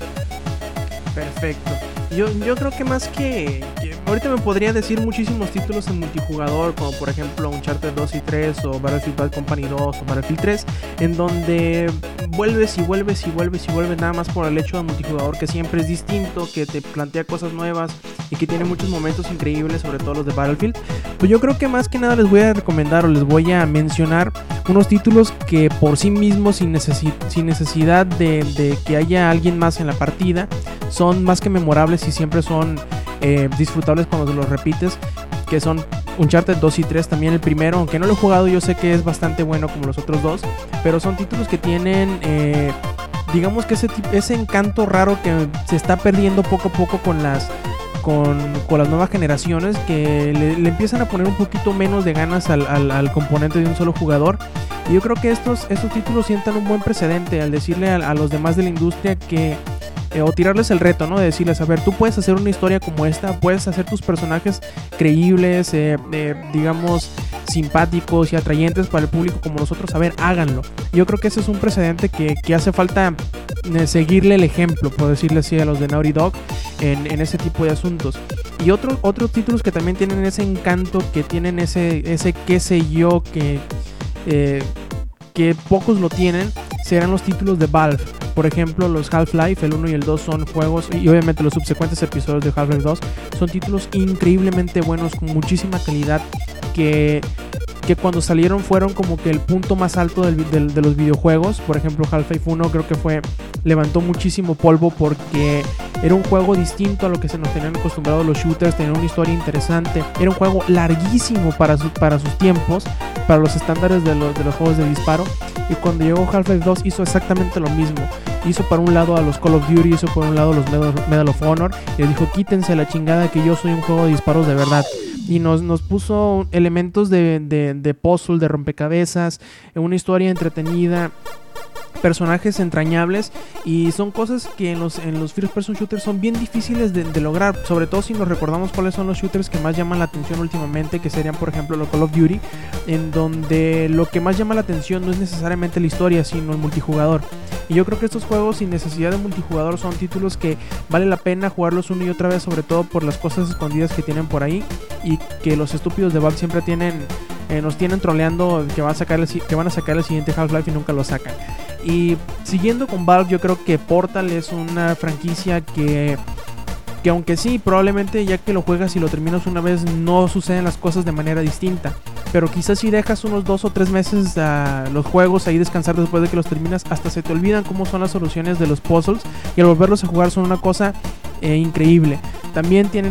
Perfecto. Yo creo que más que ahorita me podría decir muchísimos títulos en multijugador, como por ejemplo Uncharted 2 y 3, o Battlefield Bad Company 2 o Battlefield 3, en donde vuelves nada más por el hecho de multijugador, que siempre es distinto, que te plantea cosas nuevas y que tiene muchos momentos increíbles, sobre todo los de Battlefield. Pues yo creo que más que nada les voy a recomendar o les voy a mencionar unos títulos que por sí mismos, sin necesidad de que haya alguien más en la partida, son más que memorables y siempre son disfrutables cuando los repites, que son Uncharted 2 y 3, también el primero, aunque no lo he jugado, yo sé que es bastante bueno como los otros dos, pero son títulos que tienen digamos que ese encanto raro que se está perdiendo poco a poco con las nuevas generaciones, que le empiezan a poner un poquito menos de ganas al componente de un solo jugador. Y yo creo que estos títulos sientan un buen precedente al decirle a los demás de la industria que o tirarles el reto, ¿no? De decirles, a ver, tú puedes hacer una historia como esta, puedes hacer tus personajes creíbles, digamos, simpáticos y atrayentes para el público como nosotros, a ver, háganlo. Yo creo que ese es un precedente que hace falta seguirle el ejemplo, por decirle así, a los de Naughty Dog en ese tipo de asuntos. Y otros títulos que también tienen ese encanto, que tienen ese qué sé yo, que pocos lo tienen, serán los títulos de Valve. Por ejemplo, los Half-Life, el 1 y el 2 son juegos, y obviamente los subsecuentes episodios de Half-Life 2 son títulos increíblemente buenos, con muchísima calidad, que que cuando salieron fueron como que el punto más alto de los videojuegos. Por ejemplo, Half-Life 1 creo que levantó muchísimo polvo porque era un juego distinto a lo que se nos tenían acostumbrados los shooters, tenía una historia interesante, era un juego larguísimo para sus tiempos, para los estándares de los juegos de disparo. Y cuando llegó Half-Life 2 hizo exactamente lo mismo. Hizo para un lado a los Call of Duty, hizo por un lado a los Medal of Honor, y les dijo: quítense la chingada que yo soy un juego de disparos de verdad. Y nos puso elementos de puzzle, de rompecabezas, una historia entretenida, personajes entrañables, y son cosas que en los first person shooters son bien difíciles de lograr, sobre todo si nos recordamos cuáles son los shooters que más llaman la atención últimamente, que serían por ejemplo los Call of Duty, en donde lo que más llama la atención no es necesariamente la historia, sino el multijugador. Y yo creo que estos juegos sin necesidad de multijugador son títulos que vale la pena jugarlos una y otra vez, sobre todo por las cosas escondidas que tienen por ahí, y que los estúpidos de Valve siempre nos tienen troleando que van a sacar el siguiente Half-Life y nunca lo sacan. Y siguiendo con Valve, yo creo que Portal es una franquicia que aunque sí, probablemente ya que lo juegas y lo terminas una vez, no suceden las cosas de manera distinta. Pero quizás si dejas unos 2 o 3 meses los juegos ahí descansar después de que los terminas, hasta se te olvidan cómo son las soluciones de los puzzles, y al volverlos a jugar son una cosa increíble. También tienen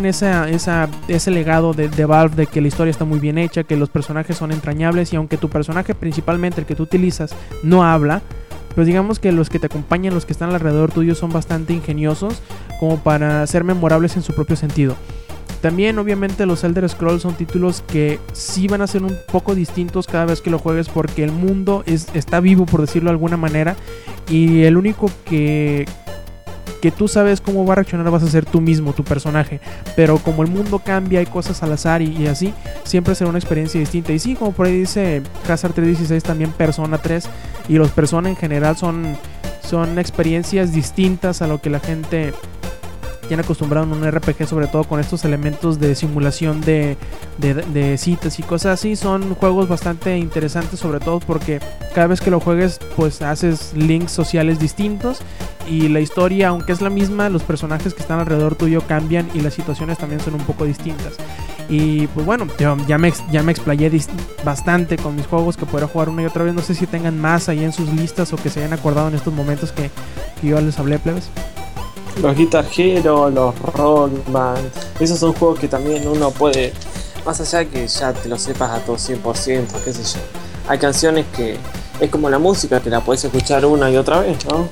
ese legado de Valve, de que la historia está muy bien hecha, que los personajes son entrañables, y aunque tu personaje, principalmente el que tú utilizas, no habla, pues digamos que los que te acompañan, los que están alrededor tuyo, son bastante ingeniosos como para ser memorables en su propio sentido. También obviamente los Elder Scrolls son títulos que sí van a ser un poco distintos cada vez que lo juegues, porque el mundo está vivo, por decirlo de alguna manera, y el único que tú sabes cómo va a reaccionar vas a ser tú mismo, tu personaje. Pero como el mundo cambia, hay cosas al azar y así, siempre será una experiencia distinta. Y sí, como por ahí dice Hazard 316, también Persona 3 y los Persona en general son experiencias distintas a lo que la gente tiene acostumbrado en un RPG, sobre todo con estos elementos de simulación de citas y cosas así. Son juegos bastante interesantes, sobre todo porque cada vez que lo juegues pues haces links sociales distintos, y la historia, aunque es la misma, los personajes que están alrededor tuyo cambian y las situaciones también son un poco distintas. Y pues bueno, yo ya me explayé bastante con mis juegos que podré jugar una y otra vez. No sé si tengan más ahí en sus listas o que se hayan acordado en estos momentos que yo les hablé, plebes. Los Guitar Hero, los Rockman, esos son juegos que también uno puede, más allá de que ya te lo sepas a todo 100%, qué sé yo. Hay canciones que es como la música, que la puedes escuchar una y otra vez, ¿no?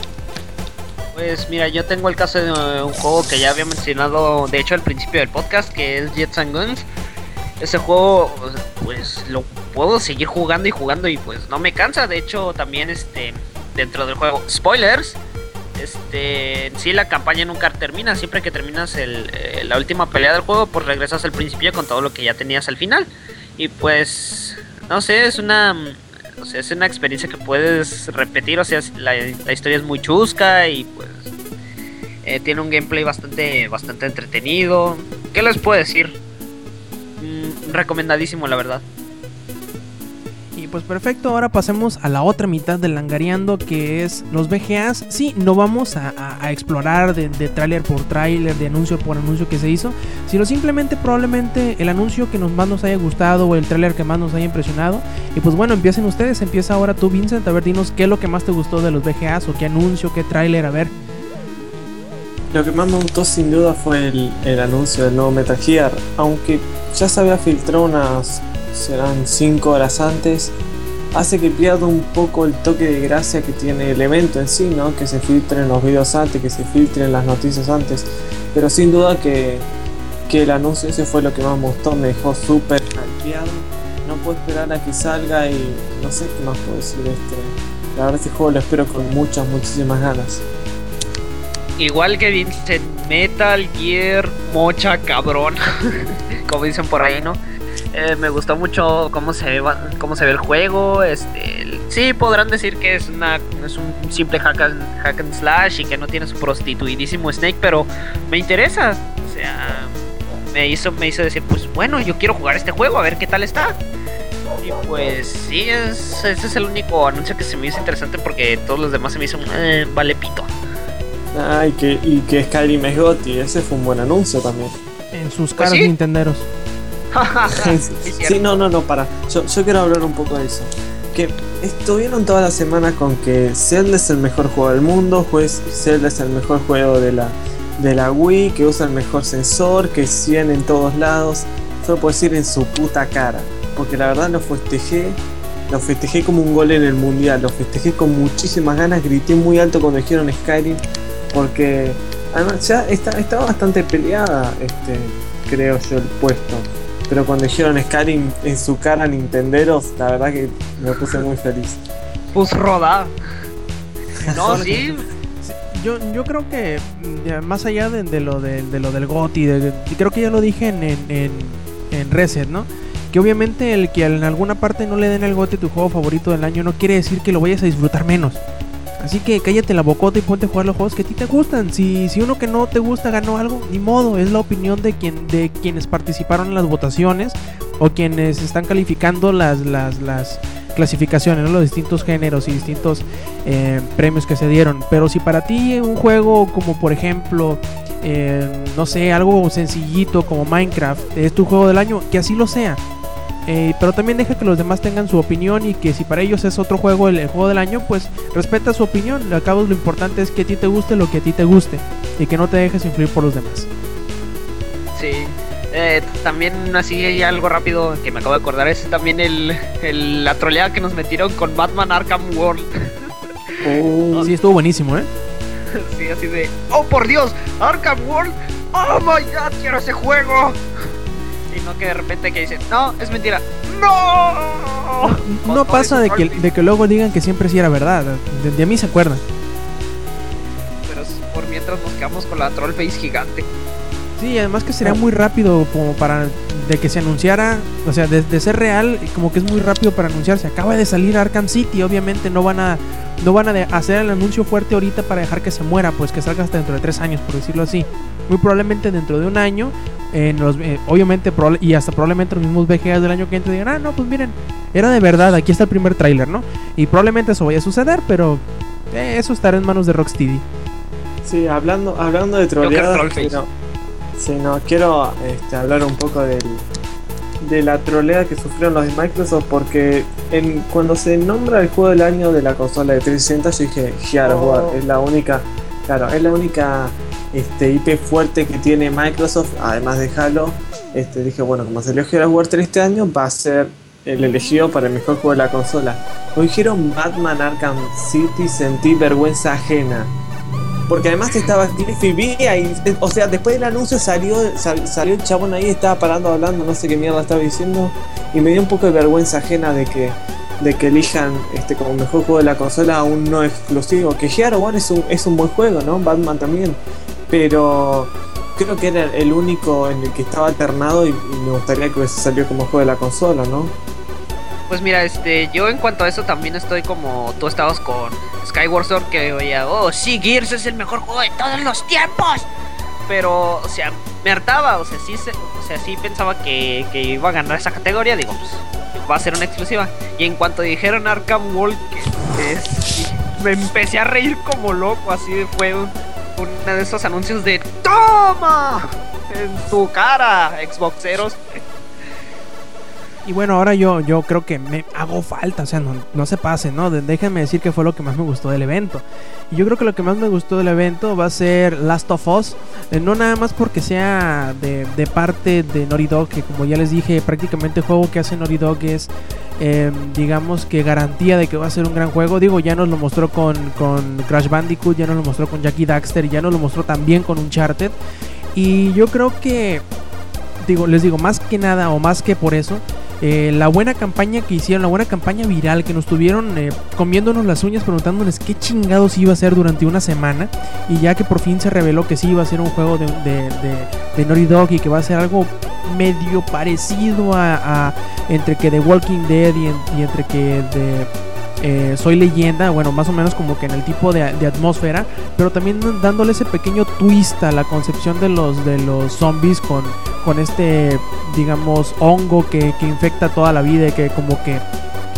Pues mira, yo tengo el caso de un juego que ya había mencionado, de hecho al principio del podcast, que es Jets and Guns. Ese juego pues lo puedo seguir jugando y pues no me cansa. De hecho también dentro del juego, spoilers, en sí la campaña nunca termina. Siempre que terminas la última pelea del juego, pues regresas al principio con todo lo que ya tenías al final. Y pues no sé, es una experiencia que puedes repetir. O sea, la historia es muy chusca y pues tiene un gameplay bastante entretenido. ¿Qué les puedo decir? Recomendadísimo, la verdad. Y pues perfecto, ahora pasemos a la otra mitad del Langareando, que es los VGAs. Sí, no vamos a explorar de tráiler por tráiler, de anuncio por anuncio que se hizo, sino simplemente probablemente el anuncio que más nos haya gustado o el tráiler que más nos haya impresionado. Y pues bueno, empiecen ustedes, empieza ahora tú, Vincent, a ver, dinos qué es lo que más te gustó de los VGAs, o qué anuncio, qué tráiler, a ver. Lo que más me gustó sin duda fue el anuncio del nuevo Metal Gear, aunque ya se había filtrado serán 5 horas antes, hace que pierda un poco el toque de gracia que tiene el evento en sí, ¿no? Que se filtren los videos antes, que se filtren las noticias antes. Pero sin duda que el anuncio ese fue lo que más me gustó, me dejó súper hypeado. No puedo esperar a que salga y no sé qué más puedo decir. La verdad, este juego lo espero con muchísimas ganas. Igual que Vincent, Metal Gear mocha cabrón, como dicen por ahí, ¿no? Me gustó mucho cómo se ve el juego. Sí, podrán decir que es un simple hack and slash y que no tiene su prostituidísimo Snake, pero me interesa. O sea, me hizo decir, pues bueno, yo quiero jugar este juego, a ver qué tal está. Y pues sí, ese es el único anuncio que se me hizo interesante, porque todos los demás se me hizo vale pito. Y que Skyrim es GOTY, ese fue un buen anuncio también. En sus caras, ¿sí? Nintenderos. Sí, no, para. Yo quiero hablar un poco de eso. Que estuvieron toda la semana con que Zelda es el mejor juego del mundo, pues Zelda es el mejor juego de la Wii, que usa el mejor sensor, que 100 en todos lados. Solo puedo decir en su puta cara. Porque la verdad lo festejé como un gol en el mundial, lo festejé con muchísimas ganas, grité muy alto cuando dijeron Skyrim, porque además ya estaba bastante peleada, creo yo, el puesto. Pero cuando dijeron Skyrim en su cara Nintenderos, la verdad que me puse muy feliz. Pues roda. No, sí. Yo creo que más allá de lo del GOTY, creo que ya lo dije en Reset, ¿no? Que obviamente el que en alguna parte no le den el GOTY tu juego favorito del año no quiere decir que lo vayas a disfrutar menos. Así que cállate la bocota y ponte a jugar los juegos que a ti te gustan. Si uno que no te gusta ganó algo, ni modo, es la opinión de quienes participaron en las votaciones o quienes están calificando las clasificaciones, ¿no? Los distintos géneros y distintos premios que se dieron. Pero si para ti un juego como por ejemplo, no sé, algo sencillito como Minecraft es tu juego del año, que así lo sea. Pero también deja que los demás tengan su opinión y que si para ellos es otro juego el juego del año, pues respeta su opinión. Al cabo lo importante es que a ti te guste lo que a ti te guste y que no te dejes influir por los demás. Sí. También así hay algo rápido que me acabo de acordar, es también la troleada que nos metieron con Batman Arkham World. Sí, estuvo buenísimo, ¿eh? Sí, así de, oh por Dios, Arkham World, oh my god, quiero ese juego. Y no que de repente que dicen, no, es mentira. ¡No! No pasa de que luego digan que siempre sí era verdad. De mí se acuerdan. Pero por mientras nos quedamos con la troll face gigante. Sí, además que sería muy rápido como para de que se anunciara, o sea, de ser real, como que es muy rápido para anunciarse. Acaba de salir Arkham City, obviamente no van a hacer el anuncio fuerte ahorita para dejar que se muera, pues que salga hasta dentro de 3 años, por decirlo así. Muy probablemente dentro de un año, obviamente y hasta probablemente los mismos VGAs del año que entra digan, no, pues miren, era de verdad, aquí está el primer tráiler, ¿no? Y probablemente eso vaya a suceder, pero eso estará en manos de Rocksteady. Sí, hablando de troleadas, quiero hablar un poco de la troleada que sufrieron los de Microsoft, porque cuando se nombra el juego del año de la consola de 360, yo dije Gears of War, es la única IP fuerte que tiene Microsoft, además de Halo. Dije, bueno, como salió Gears of War 3 este año, va a ser el elegido para el mejor juego de la consola. Cuando dijeron Batman Arkham City, sentí vergüenza ajena. Porque además estaba Cliffy B ahí, o sea, después del anuncio salió el chabón ahí, estaba parando hablando, no sé qué mierda estaba diciendo, y me dio un poco de vergüenza ajena de que elijan como mejor juego de la consola a un no exclusivo. Que Gears of War es un buen juego, ¿no? Batman también, pero creo que era el único en el que estaba alternado y me gustaría que hubiese salido como juego de la consola, ¿no? Pues mira, yo en cuanto a eso también estoy como tú estabas con Skyward Sword, que oía, oh sí, Gears es el mejor juego de todos los tiempos. Pero, o sea, me hartaba, o sea, sí pensaba que iba a ganar esa categoría, digo, pues va a ser una exclusiva. Y en cuanto dijeron Arkham World, me empecé a reír como loco, así fue uno de esos anuncios de ¡toma! En tu cara, Xboxeros. Y bueno, ahora yo creo que me hago falta, o sea, no se pase, ¿no? Déjenme decir que fue lo que más me gustó del evento. Y yo creo que lo que más me gustó del evento va a ser Last of Us. No nada más porque sea de parte de Naughty Dog, que como ya les dije, prácticamente el juego que hace Naughty Dog es, digamos que garantía de que va a ser un gran juego. Digo, ya nos lo mostró con Crash Bandicoot, ya nos lo mostró con Jackie Daxter, ya nos lo mostró también con Uncharted. Y yo creo que, les digo, más que nada o más que por eso, la buena campaña que hicieron, la buena campaña viral que nos tuvieron comiéndonos las uñas, preguntándoles qué chingados iba a ser durante una semana, y ya que por fin se reveló que sí iba a ser un juego de Naughty Dog y que va a ser algo medio parecido a entre que The Walking Dead y entre que Soy Leyenda, bueno, más o menos como que en el tipo de atmósfera, pero también dándole ese pequeño twist a la concepción de los zombies con este, digamos, hongo que infecta toda la vida y que como que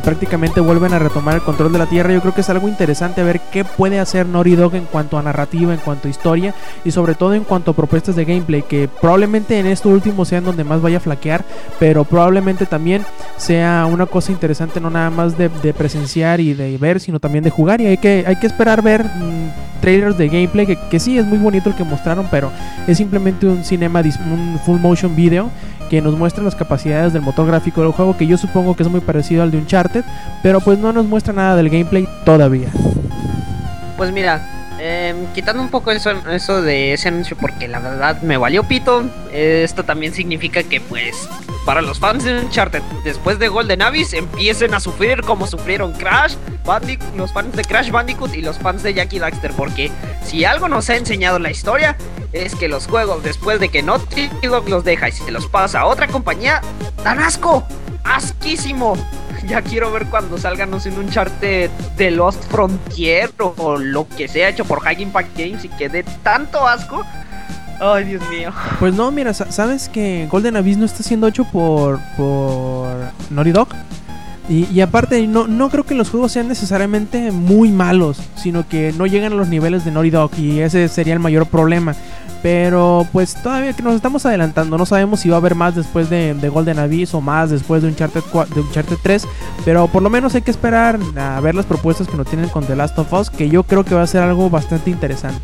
prácticamente vuelven a retomar el control de la Tierra. Yo creo que es algo interesante ver qué puede hacer Naughty Dog en cuanto a narrativa, en cuanto a historia y sobre todo en cuanto a propuestas de gameplay, que probablemente en esto último sea en donde más vaya a flaquear, pero probablemente también sea una cosa interesante, no nada más de presenciar y de ver, sino también de jugar. Y hay que esperar ver trailers de gameplay, que sí es muy bonito el que mostraron, pero es simplemente un full motion video que nos muestra las capacidades del motor gráfico del juego, que yo supongo que es muy parecido al de Uncharted, pero pues no nos muestra nada del gameplay todavía. Pues mira, quitando un poco eso de ese anuncio, porque la verdad me valió pito, esto también significa que pues para los fans de Uncharted, después de Golden Abyss, empiecen a sufrir como sufrieron los fans de Crash Bandicoot y los fans de Jak y Daxter, porque si algo nos ha enseñado la historia es que los juegos, después de que Naughty Dog los deja y se los pasa a otra compañía, dan asco, asquísimo. Ya quiero ver cuando salgan, no sé, un Uncharted de Lost Frontier o lo que sea hecho por High Impact Games y que dé tanto asco. Ay, Dios mío. Pues no, mira, ¿sabes que Golden Abyss no está siendo hecho por Naughty Dog? Y aparte, no creo que los juegos sean necesariamente muy malos, sino que no llegan a los niveles de Naughty Dog, y ese sería el mayor problema. Pero pues todavía que nos estamos adelantando, no sabemos si va a haber más después de Golden Abyss o más después de Uncharted 3, pero por lo menos hay que esperar a ver las propuestas que nos tienen con The Last of Us, que yo creo que va a ser algo bastante interesante.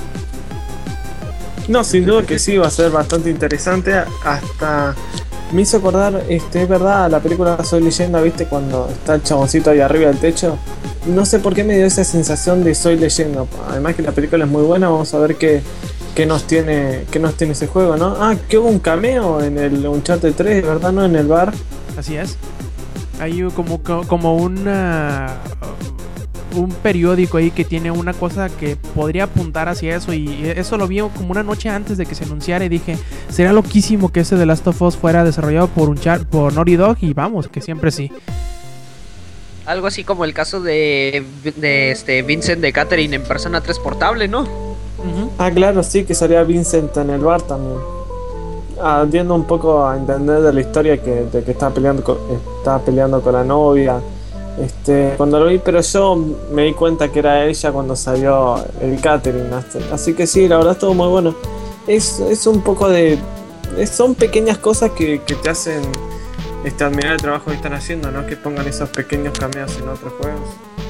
No, sin duda que sí, va a ser bastante interesante. Hasta me hizo acordar, es verdad, la película Soy Leyenda, ¿viste? Cuando está el chaboncito ahí arriba del techo. No sé por qué me dio esa sensación de Soy Leyenda. Además que la película es muy buena, vamos a ver qué nos tiene ese juego, ¿no? Ah, que hubo un cameo en el Uncharted 3, ¿verdad? ¿No? En el bar. Así es. Hay como un periódico ahí que tiene una cosa que podría apuntar hacia eso, y eso lo vi como una noche antes de que se anunciara y dije, sería loquísimo que ese The Last of Us fuera desarrollado por Naughty Dog, y vamos, que siempre sí. Algo así como el caso de Vincent de Catherine en Persona 3 Portable, ¿no? Uh-huh. Ah, claro, sí, que salía Vincent en el bar también. Entiendo un poco a entender de la historia de que estaba peleando con la novia. Cuando lo vi, pero yo me di cuenta que era ella cuando salió el catering. Así que sí, la verdad estuvo muy bueno. Es un poco son pequeñas cosas que te hacen admirar el trabajo que están haciendo, ¿no? Que pongan esos pequeños cameos en otros juegos.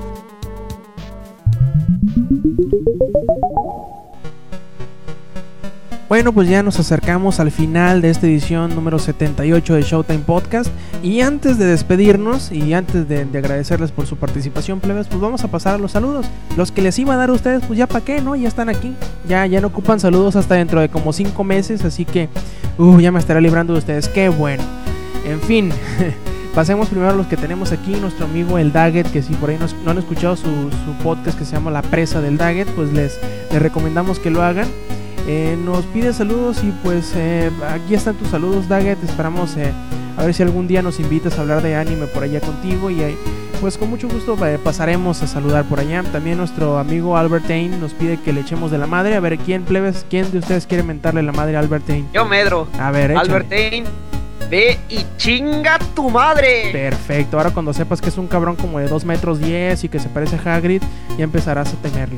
Bueno, pues ya nos acercamos al final de esta edición número 78 de Showtime Podcast. Y antes de despedirnos y antes de agradecerles por su participación, plebes, pues vamos a pasar a los saludos. Los que les iba a dar a ustedes, pues ya para qué, ¿no? Ya están aquí. Ya no ocupan saludos hasta dentro de como 5 meses. Así que, ya me estaré librando de ustedes. ¡Qué bueno! En fin, pasemos primero a los que tenemos aquí. Nuestro amigo el Daggett, que si por ahí no han escuchado su podcast que se llama La Presa del Daggett, pues les recomendamos que lo hagan. Nos pide saludos y pues aquí están tus saludos, Daggett. Esperamos a ver si algún día nos invitas a hablar de anime por allá contigo, y pues con mucho gusto pasaremos a saludar por allá. También nuestro amigo Albert Tain nos pide que le echemos de la madre. A ver, ¿quién de ustedes quiere mentarle la madre a Albert Tain? Yo, Medro. A ver, échale. Albert Tain, ve y chinga tu madre. Perfecto, ahora cuando sepas que es un cabrón como de 2 metros 10 y que se parece a Hagrid, ya empezarás a temerle.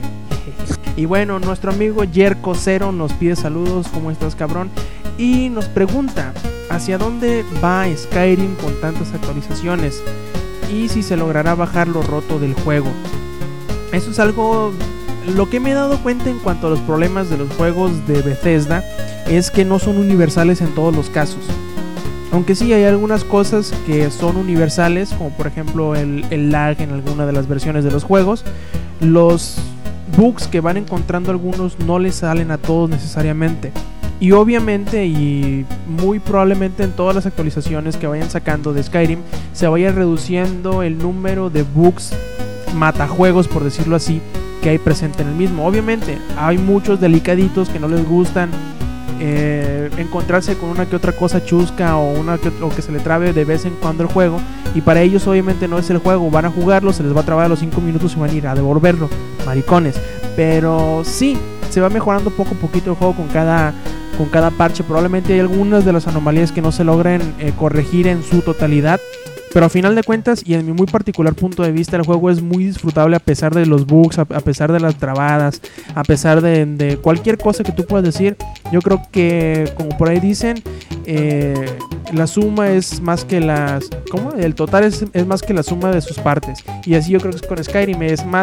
Y bueno, nuestro amigo Yerko Cero nos pide saludos, ¿cómo estás, cabrón? Y nos pregunta, ¿hacia dónde va Skyrim con tantas actualizaciones? Y si se logrará bajar lo roto del juego. Eso es algo... Lo que me he dado cuenta en cuanto a los problemas de los juegos de Bethesda es que no son universales en todos los casos. Aunque sí hay algunas cosas que son universales, como por ejemplo el lag en alguna de las versiones de los juegos. Los bugs que van encontrando algunos no les salen a todos necesariamente. Y obviamente y muy probablemente en todas las actualizaciones que vayan sacando de Skyrim se vaya reduciendo el número de bugs matajuegos, por decirlo así, que hay presente en el mismo. Obviamente hay muchos delicaditos que no les gustan encontrarse con una que otra cosa chusca o que se le trabe de vez en cuando el juego, y para ellos obviamente no es el juego, van a jugarlo, se les va a trabar a los 5 minutos y van a ir a devolverlo, maricones. Pero sí, se va mejorando poco a poquito el juego con cada parche. Probablemente hay algunas de las anomalías que no se logren corregir en su totalidad, Pero a final de cuentas, y en mi muy particular punto de vista, el juego es muy disfrutable a pesar de los bugs, a pesar de las trabadas, a pesar de cualquier cosa que tú puedas decir. Yo creo que, como por ahí dicen, la suma es más que las... ¿Cómo? El total es más que la suma de sus partes. Y así yo creo que es con Skyrim,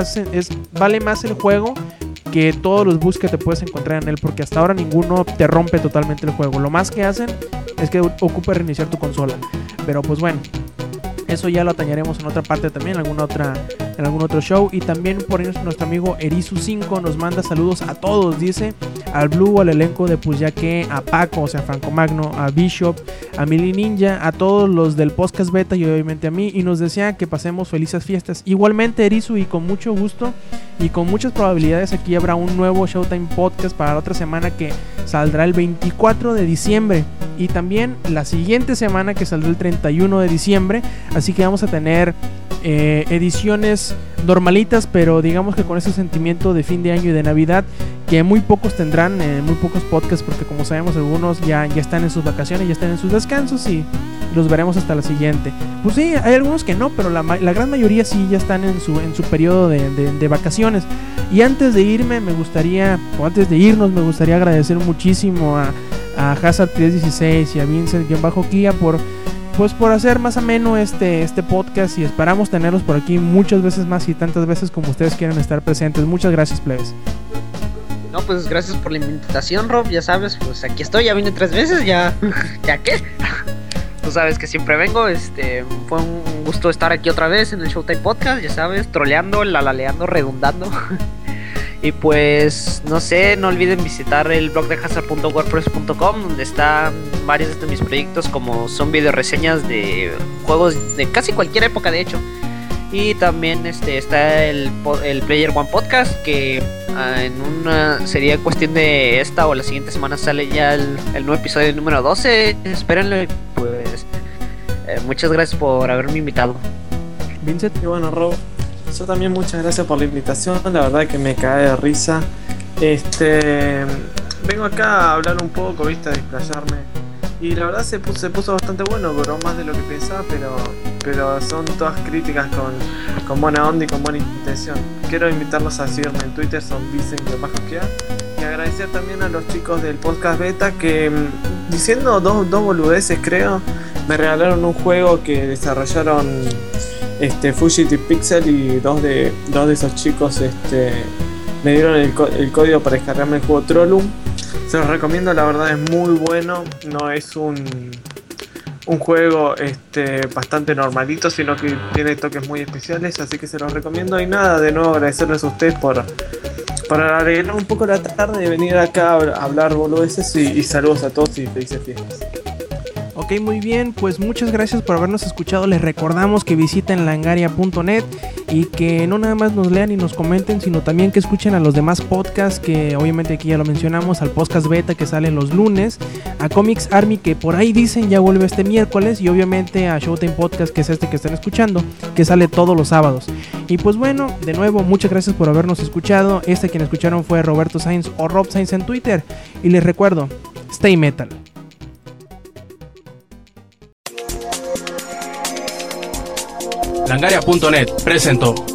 vale más el juego que todos los bugs que te puedes encontrar en él, porque hasta ahora ninguno te rompe totalmente el juego. Lo más que hacen es que ocupa reiniciar tu consola. Pero pues bueno, eso ya lo atañaremos en otra parte también, en algún otro show. Y también por ahí nuestro amigo Erizu5 nos manda saludos a todos, dice, al Blue, al elenco de Pues Ya Que, a Paco, o sea, Franco Magno, a Bishop, a Mili Ninja, a todos los del podcast beta y obviamente a mí, y nos desea que pasemos felices fiestas. Igualmente, Erizu, y con mucho gusto y con muchas probabilidades aquí habrá un nuevo Showtime Podcast para la otra semana, que saldrá el 24 de diciembre y también la siguiente semana, que saldrá el 31 de diciembre. Así que vamos a tener ediciones normalitas, pero digamos que con ese sentimiento de fin de año y de Navidad, que muy pocos tendrán, muy pocos podcasts, porque como sabemos algunos ya están en sus vacaciones, ya están en sus descansos y los veremos hasta la siguiente. Pues sí, hay algunos que no, pero la gran mayoría sí ya están en su periodo de vacaciones. Y antes de irnos me gustaría agradecer muchísimo a Hazard316 y a Vincent-Kia por hacer más ameno este podcast, y esperamos tenerlos por aquí muchas veces más y tantas veces como ustedes quieran estar presentes. Muchas gracias, plebes. No, pues gracias por la invitación, Rob. Ya sabes, pues aquí estoy, ya vine 3 veces, ya qué. Tú sabes que siempre vengo. Fue un gusto estar aquí otra vez en el Showtime Podcast, ya sabes, troleando, lalaleando, redundando. Y pues, no sé, no olviden visitar el blog de hazard.wordpress.com, donde están varios de mis proyectos, como son video reseñas de juegos de casi cualquier época, de hecho. Y también está el Player One Podcast, que en una sería cuestión de esta o la siguiente semana sale ya el nuevo episodio número 12. Espérenlo. Pues muchas gracias por haberme invitado. Vincent. Y bueno, Rob, yo también muchas gracias por la invitación, la verdad que me cae de risa. Vengo acá a hablar un poco, viste, a desplayarme. Y la verdad se puso bastante bueno, duró más de lo que pensaba, pero son todas críticas con buena onda y con buena intención. Quiero invitarlos a seguirme en Twitter, son Vicen-Kia. Y agradecer también a los chicos del podcast beta que, diciendo dos boludeces creo, me regalaron un juego que desarrollaron Fugitive Pixel, y dos de esos chicos me dieron el código para descargarme el juego Trollum. Se los recomiendo, la verdad es muy bueno. No es un juego bastante normalito, sino que tiene toques muy especiales, así que se los recomiendo. Y nada, de nuevo agradecerles a ustedes por alegrar un poco la tarde y venir acá a hablar boludeces, y saludos a todos y felices fiestas. Ok, muy bien, pues muchas gracias por habernos escuchado. Les recordamos que visiten langaria.net y que no nada más nos lean y nos comenten, sino también que escuchen a los demás podcasts, que obviamente aquí ya lo mencionamos, al podcast beta que sale los lunes, a Comics Army que por ahí dicen ya vuelve este miércoles, y obviamente a Showtime Podcast, que es que están escuchando, que sale todos los sábados. Y pues bueno, de nuevo, muchas gracias por habernos escuchado. Quien escucharon fue Roberto Sainz o Rob Sainz en Twitter, y les recuerdo, stay metal. Langaria.net presentó